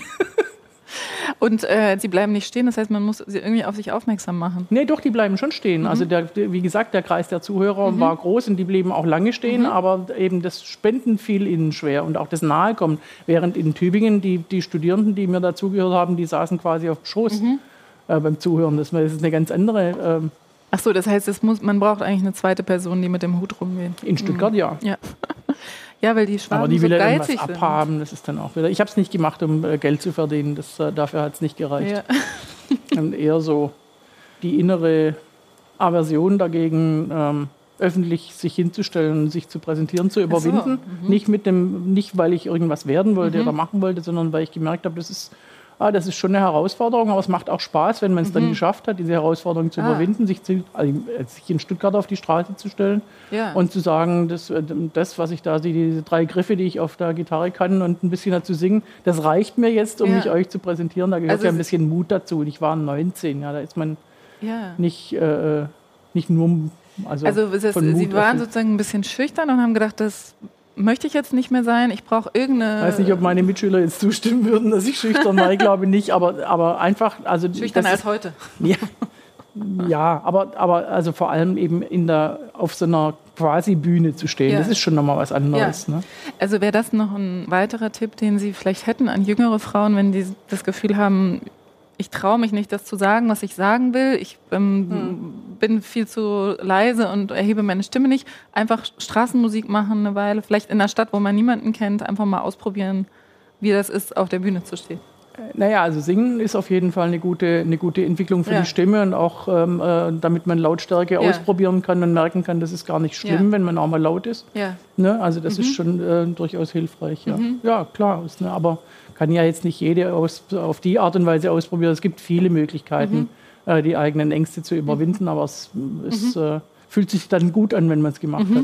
Und äh, sie bleiben nicht stehen, das heißt, man muss sie irgendwie auf sich aufmerksam machen. Nee, doch, die bleiben schon stehen. Mhm. Also der, der, wie gesagt, der Kreis der Zuhörer Mhm. war groß und die blieben auch lange stehen, Mhm. aber eben das Spenden fiel ihnen schwer und auch das Nahekommen. Während in Tübingen die, die Studierenden, die mir dazugehört haben, die saßen quasi auf dem Schoß Mhm. äh, beim Zuhören. Das, das ist eine ganz andere... Ähm, Ach so, das heißt, es muss, man braucht eigentlich eine zweite Person, die mit dem Hut rumgeht. in Stuttgart, Mhm. ja. Ja. Ja, weil die Schwaben Aber die so will ja dann was geizig sind. abhaben, das ist dann auch wieder... Ich habe es nicht gemacht, um äh, Geld zu verdienen, das, äh, dafür hat es nicht gereicht. Ja. Und eher so die innere Aversion dagegen, ähm, öffentlich sich hinzustellen und sich zu präsentieren, zu überwinden. Mhm. Nicht, mit dem, nicht, weil ich irgendwas werden wollte Mhm. oder machen wollte, sondern weil ich gemerkt habe, das ist, ah, das ist schon eine Herausforderung, aber es macht auch Spaß, wenn man es Mhm. dann geschafft hat, diese Herausforderung zu Ah. überwinden, sich, zu, also sich in Stuttgart auf die Straße zu stellen Ja. und zu sagen, das, das, was ich da sehe, diese drei Griffe, die ich auf der Gitarre kann und ein bisschen dazu singen, das reicht mir jetzt, um Ja. mich euch zu präsentieren. Da gehört Also ja ein es- bisschen Mut dazu. Und ich war neunzehn, ja, da ist man ja. nicht, äh, nicht nur... Also, Also es ist, von Mut Sie waren erfüllt. sozusagen ein bisschen schüchtern und haben gedacht, das möchte ich jetzt nicht mehr sein. Ich brauche irgendeine... Ich weiß nicht, ob meine Mitschüler jetzt zustimmen würden, dass ich schüchtern war. Ich glaube nicht, aber, aber einfach... Also schüchtern das als ist, heute. ja, Ja, aber, aber also vor allem eben in der, auf so einer Quasi-Bühne zu stehen, ja. Das ist schon nochmal was anderes. Ja. Ne? Also wäre das noch ein weiterer Tipp, den Sie vielleicht hätten an jüngere Frauen, wenn die das Gefühl haben, ich traue mich nicht, das zu sagen, was ich sagen will, ich ähm, hm. bin viel zu leise und erhebe meine Stimme nicht, einfach Straßenmusik machen eine Weile, vielleicht in einer Stadt, wo man niemanden kennt, einfach mal ausprobieren, wie das ist, auf der Bühne zu stehen. Naja, also singen ist auf jeden Fall eine gute, eine gute Entwicklung für ja. die Stimme und auch ähm, äh, damit man Lautstärke ja. ausprobieren kann und merken kann, das ist gar nicht schlimm, ja. wenn man auch mal laut ist. Ja. Ne? Also das mhm. ist schon äh, durchaus hilfreich. Ja, mhm. ja klar, ist, ne? Aber kann ja jetzt nicht jede aus, auf die Art und Weise ausprobieren. Es gibt viele Möglichkeiten, mhm. äh, die eigenen Ängste zu überwinden, aber es, es mhm. äh, fühlt sich dann gut an, wenn man es gemacht mhm. hat.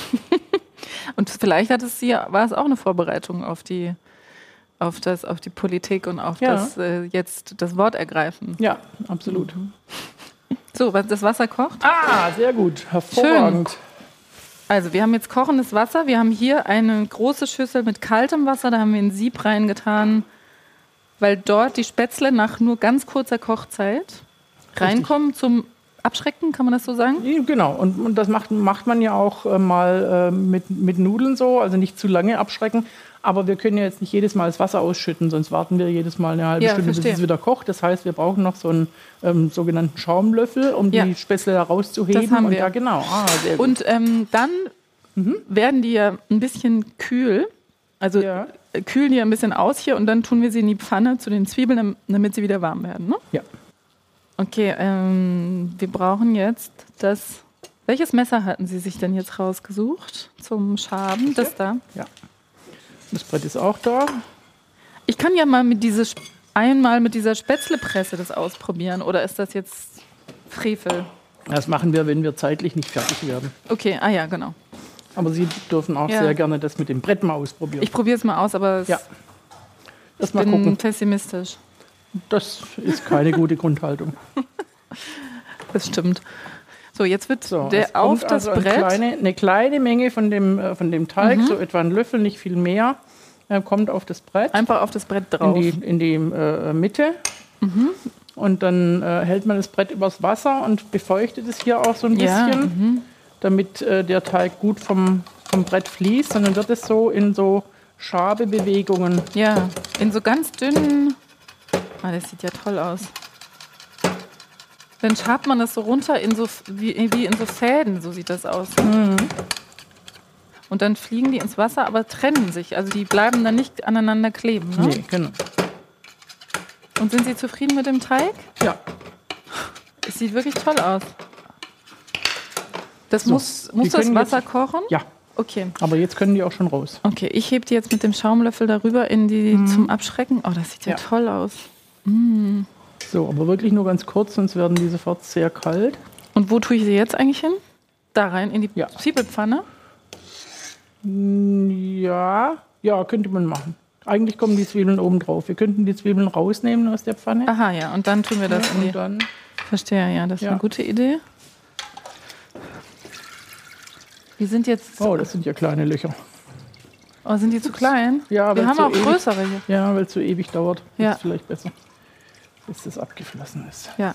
Und vielleicht hat es sie, war es auch eine Vorbereitung auf die auf das, auf die Politik und auf ja. das äh, jetzt das Wort ergreifen. Ja, absolut. Mhm. So, das Wasser kocht. Ah, sehr gut, hervorragend. Schön. Also wir haben jetzt kochendes Wasser. Wir haben hier eine große Schüssel mit kaltem Wasser. Da haben wir ein Sieb reingetan, weil dort die Spätzle nach nur ganz kurzer Kochzeit reinkommen Richtig. Zum Abschrecken, kann man das so sagen? Genau, und, und das macht, macht man ja auch äh, mal äh, mit, mit Nudeln so, also nicht zu lange abschrecken. Aber wir können ja jetzt nicht jedes Mal das Wasser ausschütten, sonst warten wir jedes Mal eine halbe ja, Stunde, verstehe. bis es wieder kocht. Das heißt, wir brauchen noch so einen ähm, sogenannten Schaumlöffel, um ja. die Spätzle da rauszuheben. Das haben wir. Und ja, genau. Ah, sehr gut. Und ähm, dann mhm. werden die ja ein bisschen kühl. Also ja. kühlen die ein bisschen aus hier und dann tun wir sie in die Pfanne zu den Zwiebeln, damit sie wieder warm werden. Ne? Ja. Okay, ähm, wir brauchen jetzt das. Welches Messer hatten Sie sich denn jetzt rausgesucht zum Schaben? Das da? Ja. Das Brett ist auch da. Ich kann ja mal mit diese, einmal mit dieser Spätzlepresse das ausprobieren. Oder ist das jetzt Frevel? Das machen wir, wenn wir zeitlich nicht fertig werden. Okay, ah ja, genau. Aber Sie dürfen auch ja. sehr gerne das mit dem Brett mal ausprobieren. Ich probiere es mal aus, aber es ja. ich mal bin gucken. pessimistisch. Das ist keine gute Grundhaltung. Das stimmt. So, jetzt wird so, der auf das also Brett. Eine kleine, eine kleine Menge von dem, äh, von dem Teig, mhm. so etwa ein Löffel, nicht viel mehr, äh, kommt auf das Brett. Einfach auf das Brett drauf. In die, in die äh, Mitte. Mhm. Und dann äh, hält man das Brett übers Wasser und befeuchtet es hier auch so ein ja, bisschen, mhm. damit äh, der Teig gut vom, vom Brett fließt. Und dann wird es so in so Schabebewegungen. Ja, in so ganz dünnen. Ah, das sieht ja toll aus. Dann schabt man das so runter in so, wie, wie in so Fäden, so sieht das aus. Mhm. Und dann fliegen die ins Wasser, aber trennen sich. Also die bleiben dann nicht aneinander kleben. Ne? Nee, genau. Und sind Sie zufrieden mit dem Teig? Ja. Es sieht wirklich toll aus. Das so, muss, muss das Wasser jetzt, kochen? Ja. Okay. Aber jetzt können die auch schon raus. Okay, ich hebe die jetzt mit dem Schaumlöffel darüber in die mhm. zum Abschrecken. Oh, das sieht ja, ja. toll aus. Mm. So, aber wirklich nur ganz kurz, sonst werden die sofort sehr kalt. Und wo tue ich sie jetzt eigentlich hin? Da rein, in die ja. Zwiebelpfanne? Ja, ja, könnte man machen. Eigentlich kommen die Zwiebeln oben drauf. Wir könnten die Zwiebeln rausnehmen aus der Pfanne. Aha, ja, und dann tun wir das ja, in die... Und dann, verstehe, ja, das ist ja. eine gute Idee. Die sind jetzt... Oh, das sind ja kleine Löcher. Oh, sind die zu klein? Ja, wir haben so auch ewig, größere hier. Ja, weil es so ewig dauert. Ja. Ist vielleicht besser, bis das abgeflossen ist. Ja.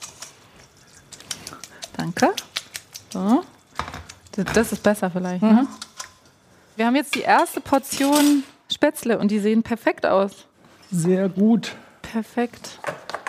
Danke. So. Das ist besser vielleicht. Mhm. Ne? Wir haben jetzt die erste Portion Spätzle und die sehen perfekt aus. Sehr gut. Perfekt.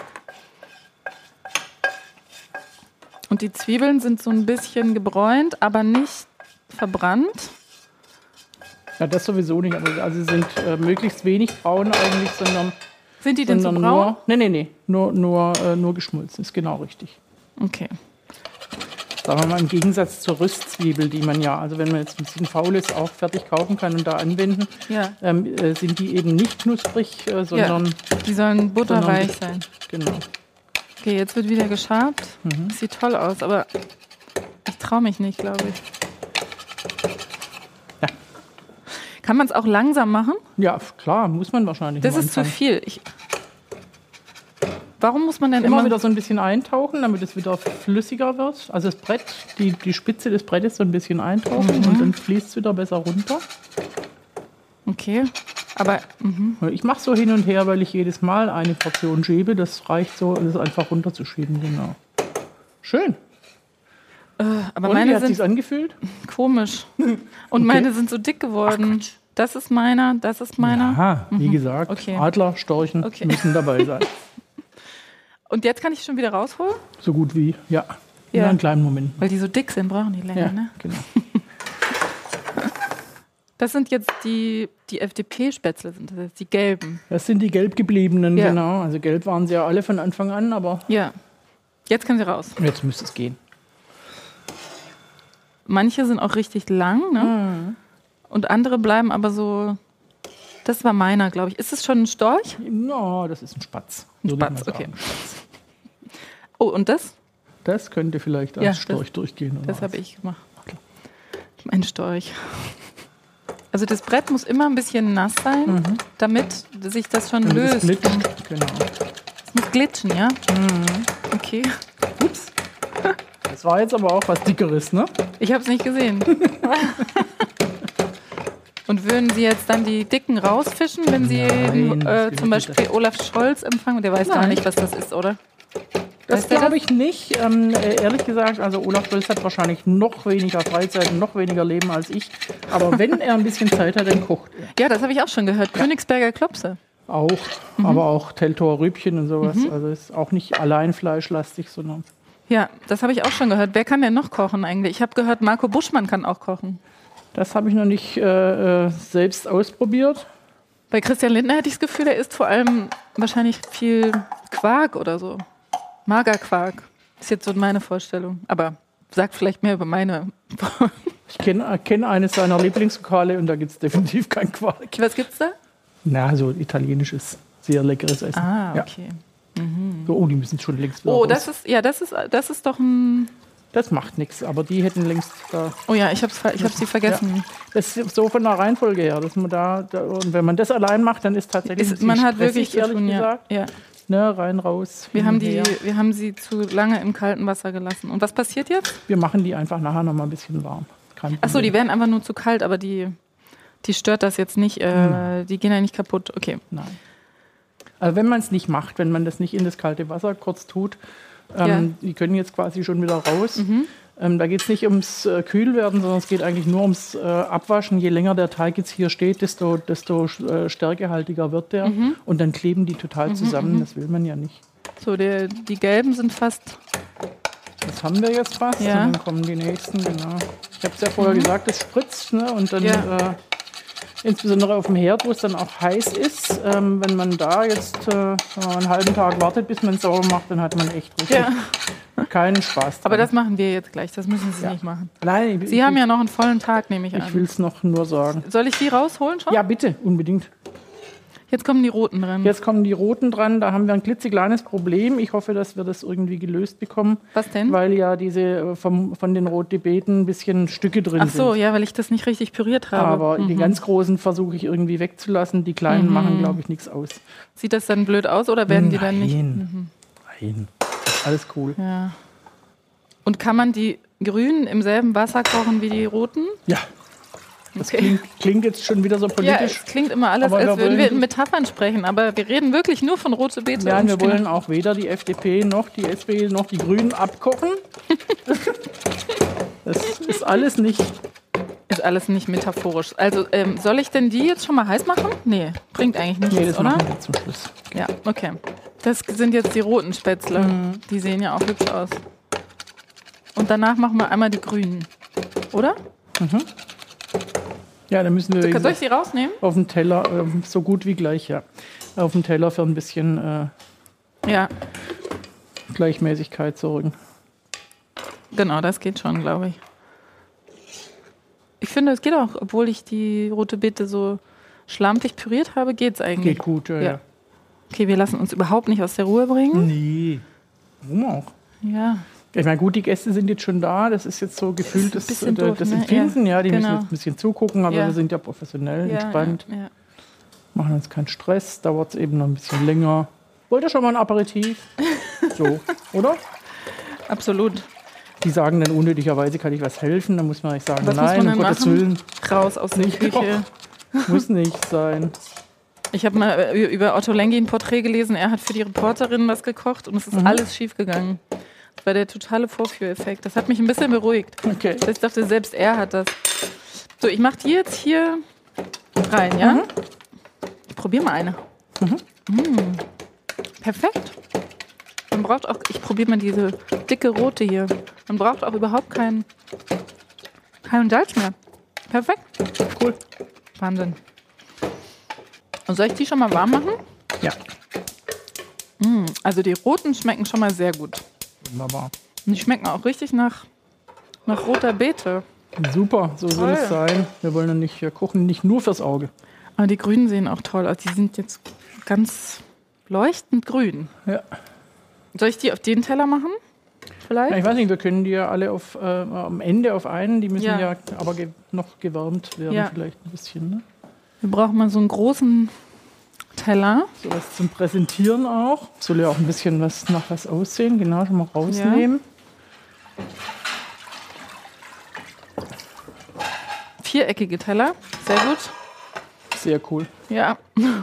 Und die Zwiebeln sind so ein bisschen gebräunt, aber nicht verbrannt. Ja, das sowieso nicht. Also sie sind äh, möglichst wenig braun eigentlich, sondern... Sind die denn so braun? Nur, nee, nee, nee. Nur, nur, äh, nur geschmolzen. Ist genau richtig. Okay. Sagen wir mal im Gegensatz zur Röstzwiebel, die man ja, also wenn man jetzt ein bisschen faul ist, auch fertig kaufen kann und da anwenden, ja. ähm, äh, sind die eben nicht knusprig, äh, sondern... Ja, die sollen butterweich sein. Genau. Okay, jetzt wird wieder geschabt. Mhm. Das sieht toll aus, aber ich traue mich nicht, glaube ich. Ja. Kann man es auch langsam machen? Ja, klar, muss man wahrscheinlich. Das ist zu viel. Ich Warum muss man denn immer, immer wieder so ein bisschen eintauchen, damit es wieder flüssiger wird? Also das Brett, die, die Spitze des Brettes so ein bisschen eintauchen mhm. und dann fließt es wieder besser runter. Okay, aber... Mhm. Ich mache so hin und her, weil ich jedes Mal eine Portion schiebe. Das reicht so, das einfach runterzuschieben, genau. Schön. Äh, aber Und meine wie hat sind sich's angefühlt? komisch. Und Okay. meine sind so dick geworden. Das ist meiner, das ist meiner. Aha, wie gesagt, Okay. Adler, Storchen Okay. müssen dabei sein. Und jetzt kann ich schon wieder rausholen? So gut wie, ja. Ja. Nur einen kleinen Moment. Weil die so dick sind, brauchen die länger, Ja, ne? genau. Das sind jetzt die, die F D P-Spätzle, sind das jetzt die gelben. Das sind die gelb gebliebenen, Ja. genau. Also gelb waren sie ja alle von Anfang an, aber Ja. Jetzt können sie raus. jetzt müsste es gehen. Manche sind auch richtig lang, ne? Mhm. Und andere bleiben aber so. Das war meiner, glaube ich. Ist es schon ein Storch? Ja, das ist ein Spatz. Ein würde ich mal Spatz, okay. sagen. Oh, und das? Das könnte vielleicht als Ja, Storch das- durchgehen. Oder Das was? habe ich gemacht. Ein Storch. Also das Brett muss immer ein bisschen nass sein, damit sich das schon Damit es löst. glitscht. Genau. Es muss glitschen, ja? Okay. Ups. Das war jetzt aber auch was Dickeres, ne? Ich habe es nicht gesehen. Und würden Sie jetzt dann die Dicken rausfischen, wenn Sie Nein, äh, das zum geht Beispiel Olaf Scholz empfangen? Der weiß gar Nein. nicht, was das ist, oder? Das Weißt du glaube ich nicht. Ähm, äh, ehrlich gesagt, also Olaf Scholz hat wahrscheinlich noch weniger Freizeit und noch weniger Leben als ich. Aber wenn er ein bisschen Zeit hat, dann kocht er. Ja, das habe ich auch schon gehört. Königsberger Klopse. Auch, Mhm. aber auch Teltower Rübchen und sowas. Also ist auch nicht allein fleischlastig, sondern Ja, das habe ich auch schon gehört. Wer kann denn noch kochen eigentlich? Ich habe gehört, Marco Buschmann kann auch kochen. das habe ich noch nicht äh, äh, selbst ausprobiert. Bei Christian Lindner hätte ich das Gefühl, er isst vor allem wahrscheinlich viel Quark oder so. Magerquark. Ist jetzt so meine Vorstellung. Aber sagt vielleicht mehr über meine. Ich kenne kenn eines seiner Lieblingslokale und da gibt es definitiv kein Quark. Was gibt's da? Na, so italienisches, sehr leckeres Essen. Ah, Ja. okay. So, oh, die müssen schon längst wieder Oh, raus. das ist, ja, das ist, das ist doch ein. Das macht nichts, aber die hätten längst da. Oh ja, ich hab's, ver- ich hab sie vergessen. Das ist so von der Reihenfolge her, dass man da, da und wenn man das allein macht, dann ist tatsächlich Ist, man hat stressig, wirklich zu ehrlich tun, ja. gesagt. ja. Ne, rein, raus. Wir hin haben, und die, her. wir haben sie zu lange im kalten Wasser gelassen. Und was passiert jetzt? Wir machen die einfach nachher noch mal ein bisschen warm. Kein Achso, die Problem. werden einfach nur zu kalt, aber die, die stört das jetzt nicht. Äh, die gehen ja nicht kaputt. Okay. Nein. Also wenn man es nicht macht, wenn man das nicht in das kalte Wasser kurz tut, ähm, Ja. Mhm. die können jetzt quasi schon wieder raus. Ähm, da geht es nicht ums äh, Kühlwerden, sondern es geht eigentlich nur ums äh, Abwaschen. Je länger der Teig jetzt hier steht, desto, desto äh, stärkehaltiger wird der. Mhm. Und dann kleben die total zusammen. Das will man ja nicht. So, der, die gelben sind fast. Das haben wir jetzt fast. Ja. Und dann kommen die nächsten, genau. Ich habe es ja vorher gesagt, es spritzt. Ne? Und dann, Ja. äh, insbesondere auf dem Herd, wo es dann auch heiß ist, ähm, wenn man da jetzt äh, wenn man einen halben Tag wartet, bis man es sauber macht, dann hat man echt richtig Ja. keinen Spaß dran. Aber das machen wir jetzt gleich. Das müssen Sie Ja. nicht machen. Nein, ich, Sie haben ja noch einen vollen Tag, nehme ich ich an. will es noch nur sagen. Soll ich die rausholen schon? Ja, bitte, unbedingt. Jetzt kommen die roten dran. Jetzt kommen die roten dran, da haben wir ein klitzekleines Problem. Ich hoffe, dass wir das irgendwie gelöst bekommen. Was denn? Weil ja diese äh, vom, von den Rotdebeten ein bisschen Stücke drin Ach so, sind. ja, weil ich das nicht richtig püriert habe. Aber die Mhm. ganz großen versuche ich irgendwie wegzulassen. Die kleinen machen, glaube ich, nichts aus. Sieht das dann blöd aus oder werden die dann nicht? Nein. Nein. Alles cool. Ja. Und kann man die grünen im selben Wasser kochen wie die roten? Ja. Das Okay. klingt, klingt jetzt schon wieder so Ja, politisch. es klingt immer alles, Aber wir als würden wir wollen- in Metaphern sprechen, aber wir reden wirklich nur von rote Beete. Ja, und wir Spinat. wollen auch weder die F D P noch die S P D noch die Grünen abkochen. Das ist alles nicht. Ist alles nicht metaphorisch. Also, ähm, soll ich denn die jetzt schon mal heiß machen? Nee, bringt eigentlich nichts, Nee, das oder? machen wir zum Schluss. Ja, okay. Das sind jetzt die roten Spätzle. Mhm. Die sehen ja auch hübsch aus. Und danach machen wir einmal die grünen. Oder? Ja, dann müssen wir wie Soll ich gesagt, die rausnehmen? auf dem Teller, äh, so gut wie gleich, ja. Auf dem Teller für ein bisschen äh, Ja, Gleichmäßigkeit sorgen. genau, das geht schon, glaube ich. Ich finde, es geht auch, obwohl ich die rote Beete so schlampig püriert habe, geht's eigentlich. Geht gut, ja. Ja. ja. Okay, wir lassen uns überhaupt nicht aus der Ruhe bringen. Nee. Warum auch? Ja, Ich meine, gut, die Gäste sind jetzt schon da. Das ist jetzt so gefühlt das, bisschen das, doof, das ne? Empfinden. Ja, die Genau. müssen jetzt ein bisschen zugucken, aber Ja. wir sind ja professionell, ja, entspannt. ja, ja. Machen uns keinen Stress, dauert es eben noch ein bisschen länger. Wollt ihr schon mal ein Aperitif? So, oder? Absolut. Die sagen dann unnötigerweise, kann ich was helfen? Dann muss man nicht sagen, Was muss nein, man um dann Gottes machen? Willen, Raus aus der Nicht Küche. muss nicht sein. Ich habe mal äh, über Otto Lengi ein Porträt gelesen. Er hat für die Reporterin was gekocht und es ist Mhm. alles schief gegangen. Das war der totale Vorführeffekt. Das hat mich ein bisschen beruhigt. Okay. Ich dachte, selbst er hat das. So, ich mache die jetzt hier rein, ja? Mhm. Ich probiere mal eine. Mhm. Mm. Perfekt. Man braucht auch, ich probiere mal diese dicke rote hier. Man braucht auch überhaupt keinen, keinen Salz mehr. Perfekt. Cool. Wahnsinn. Und soll ich die schon mal warm machen? Ja. Mm, also die roten schmecken schon mal sehr gut. Wunderbar. Und die schmecken auch richtig nach, nach roter Beete. Super, so soll Toll. es sein. Wir wollen ja nicht, wir kochen nicht nur fürs Auge. Aber die grünen sehen auch toll aus. Die sind jetzt ganz leuchtend grün. Ja. Soll ich die auf den Teller machen? Vielleicht? Ja, ich weiß nicht, wir können die ja alle auf, äh, am Ende auf einen, die müssen Ja. ja, aber ge noch gewärmt werden Ja. vielleicht ein bisschen. Ne? Wir brauchen mal so einen großen Teller. So was zum Präsentieren auch. Soll ja auch ein bisschen was nach was aussehen. Genau, schon mal rausnehmen. Viereckige Teller. Sehr gut. Sehr cool. Ja.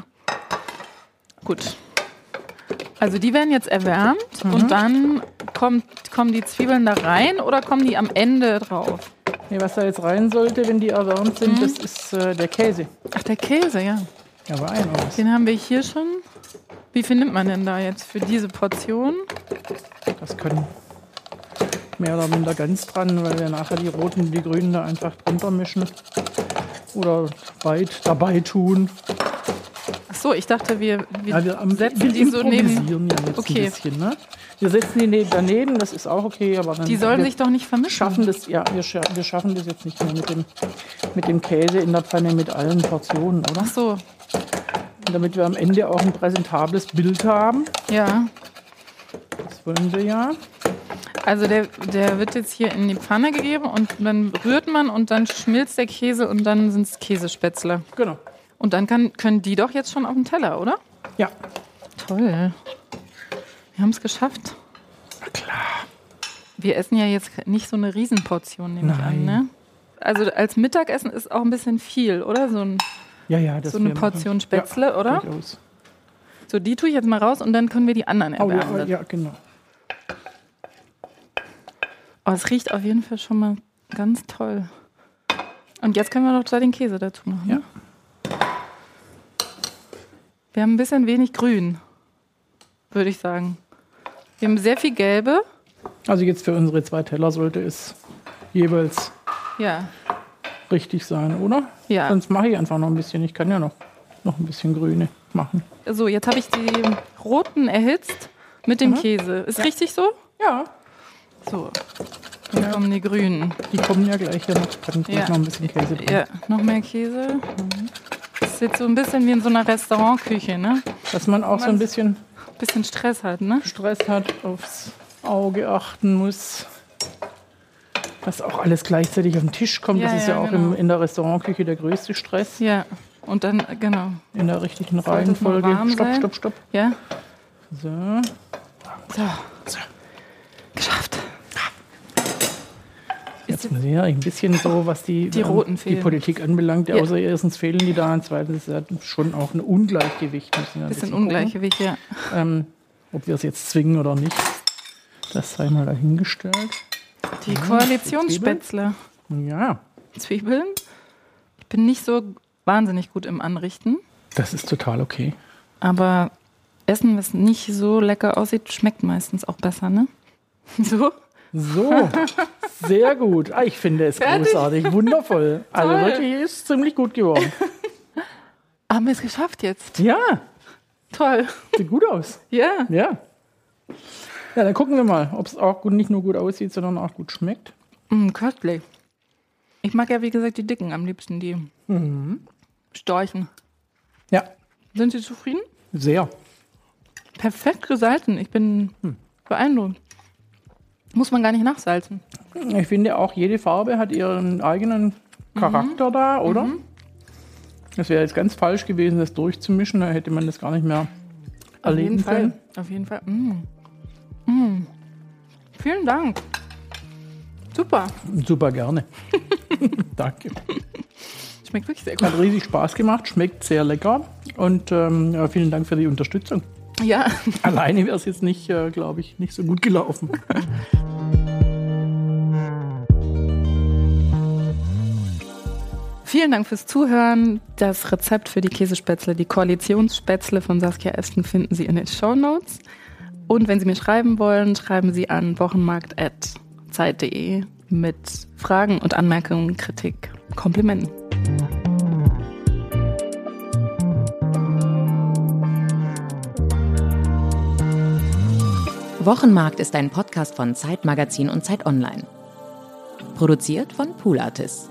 Gut. Also die werden jetzt erwärmt Mhm. und dann kommt, kommen die Zwiebeln da rein oder kommen die am Ende drauf? Nee, was da jetzt rein sollte, wenn die erwärmt sind, Mhm. das ist äh, der Käse. Ach, der Käse, ja. Ja, aber ein aus. Den haben wir hier schon. Wie viel nimmt man denn da jetzt für diese Portion? Das können mehr oder minder ganz dran, weil wir nachher die roten und die grünen da einfach drunter mischen. Oder weit dabei tun. Ach so, ich dachte, wir, wir, Ja, wir am- setzen wir die so neben. improvisieren ja jetzt Okay. ein bisschen. Ne? Wir setzen die neben, daneben, das ist auch okay. Aber dann Die sollen wir sich doch nicht vermischen. schaffen das, ja, wir, scha wir schaffen das jetzt nicht mehr mit dem, mit dem Käse in der Pfanne mit allen Portionen, oder? Ach so, Und damit wir am Ende auch ein präsentables Bild haben. ja. Das wollen wir ja. Also der, der wird jetzt hier in die Pfanne gegeben und dann rührt man und dann schmilzt der Käse und dann sind es Käsespätzle. Genau. Und dann kann, können die doch jetzt schon auf den Teller, oder? Ja. Toll. Wir haben es geschafft. Na klar. Wir essen ja jetzt nicht so eine Riesenportion, nehme ich an, Nein. ne? Also als Mittagessen ist auch ein bisschen viel, oder? So, ein, Ja, ja, das so eine wir Portion machen. Spätzle, Ja, oder? durchaus. So, die tue ich jetzt mal raus und dann können wir die anderen Oh, erwärmen. ja, ja, genau. Oh, es riecht auf jeden Fall schon mal ganz toll. Und jetzt können wir noch da den Käse dazu machen. Ja. Ne? Wir haben ein bisschen wenig Grün, würde ich sagen. Wir haben sehr viel Gelbe. Also jetzt für unsere zwei Teller sollte es jeweils Ja, richtig sein, oder? ja. Sonst mache ich einfach noch ein bisschen. Ich kann ja noch, noch ein bisschen Grüne machen. So, jetzt habe ich die roten erhitzt mit dem Mhm. Käse. Ist richtig so? Ja. So, dann kommen die Grünen. Die kommen ja gleich hier noch. Kann gleich Ja. noch ein bisschen Käse drin. Ja, noch mehr Käse. Das ist jetzt so ein bisschen wie in so einer Restaurantküche, ne? Dass man auch so ein bisschen Bisschen Stress hat, ne? Stress hat, aufs Auge achten muss. Dass auch alles gleichzeitig auf den Tisch kommt. Ja, das ist ja, ja, auch genau. im, in der Restaurantküche der größte Stress. Ja, und dann, genau. In der richtigen Sollte es noch Reihenfolge. warm Stopp, sein? stopp, stopp. Ja, So. so, So. geschafft. Jetzt muss ich ja ein bisschen so, was die, Die roten die fehlen. Politik anbelangt. Ja. Ja. Außer erstens fehlen die da, und zweitens ist ja schon auch ein Ungleichgewicht. Müssen wir ein Bisschen gucken. Ungleichgewicht, ja. Ähm, ob wir es jetzt zwingen oder nicht, das sei mal dahingestellt. Die Koalitionsspätzle. Ja, Zwiebeln. Ich bin nicht so wahnsinnig gut im Anrichten, das ist total okay. aber Essen, was nicht so lecker aussieht, schmeckt meistens auch besser, ne? So? So, sehr gut. Ah, ich finde es Fertig? großartig, wundervoll. Also Toll. wirklich, ist ziemlich gut geworden. Haben wir es geschafft jetzt? Ja, Toll. sieht gut aus. Ja. Ja. Ja, dann gucken wir mal, ob es auch gut, nicht nur gut aussieht, sondern auch gut schmeckt. Mm, köstlich. Ich mag ja, wie gesagt, die Dicken am liebsten, die Storchen. Ja, Sind Sie zufrieden? sehr. Perfekt gesalzen. Ich bin beeindruckt. Muss man gar nicht nachsalzen. Ich finde auch, jede Farbe hat ihren eigenen Charakter da, oder? Es wäre jetzt ganz falsch gewesen, das durchzumischen, da hätte man das gar nicht mehr Auf erleben jeden Fall. können. Auf jeden Fall. Mm. Mm. Vielen Dank. Super. Super gerne. Danke. Schmeckt wirklich sehr gut. Hat riesig Spaß gemacht, schmeckt sehr lecker und ähm, ja, vielen Dank für die Unterstützung. Ja. Alleine wäre es jetzt nicht, äh, glaube ich, nicht so gut gelaufen. Vielen Dank fürs Zuhören. Das Rezept für die Käsespätzle, die Koalitionsspätzle von Saskia Esken finden Sie in den Shownotes. Und wenn Sie mir schreiben wollen, schreiben Sie an wochenmarkt at zeit punkt de mit Fragen und Anmerkungen, Kritik, Komplimenten. Wochenmarkt ist ein Podcast von Zeit Magazin und Zeit Online. Produziert von Pool Artists.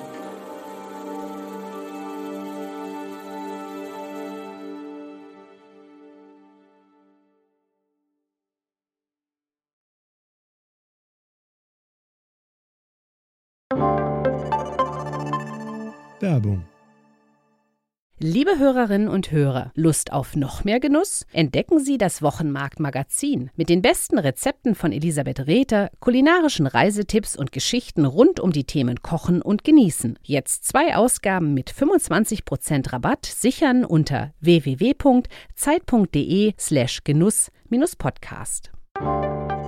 Werbung. Liebe Hörerinnen und Hörer, Lust auf noch mehr Genuss? Entdecken Sie das Wochenmarkt-Magazin mit den besten Rezepten von Elisabeth Räther, kulinarischen Reisetipps und Geschichten rund um die Themen Kochen und Genießen. Jetzt zwei Ausgaben mit fünfundzwanzig Prozent Rabatt sichern unter w w w punkt zeit punkt de slash genuss Podcast.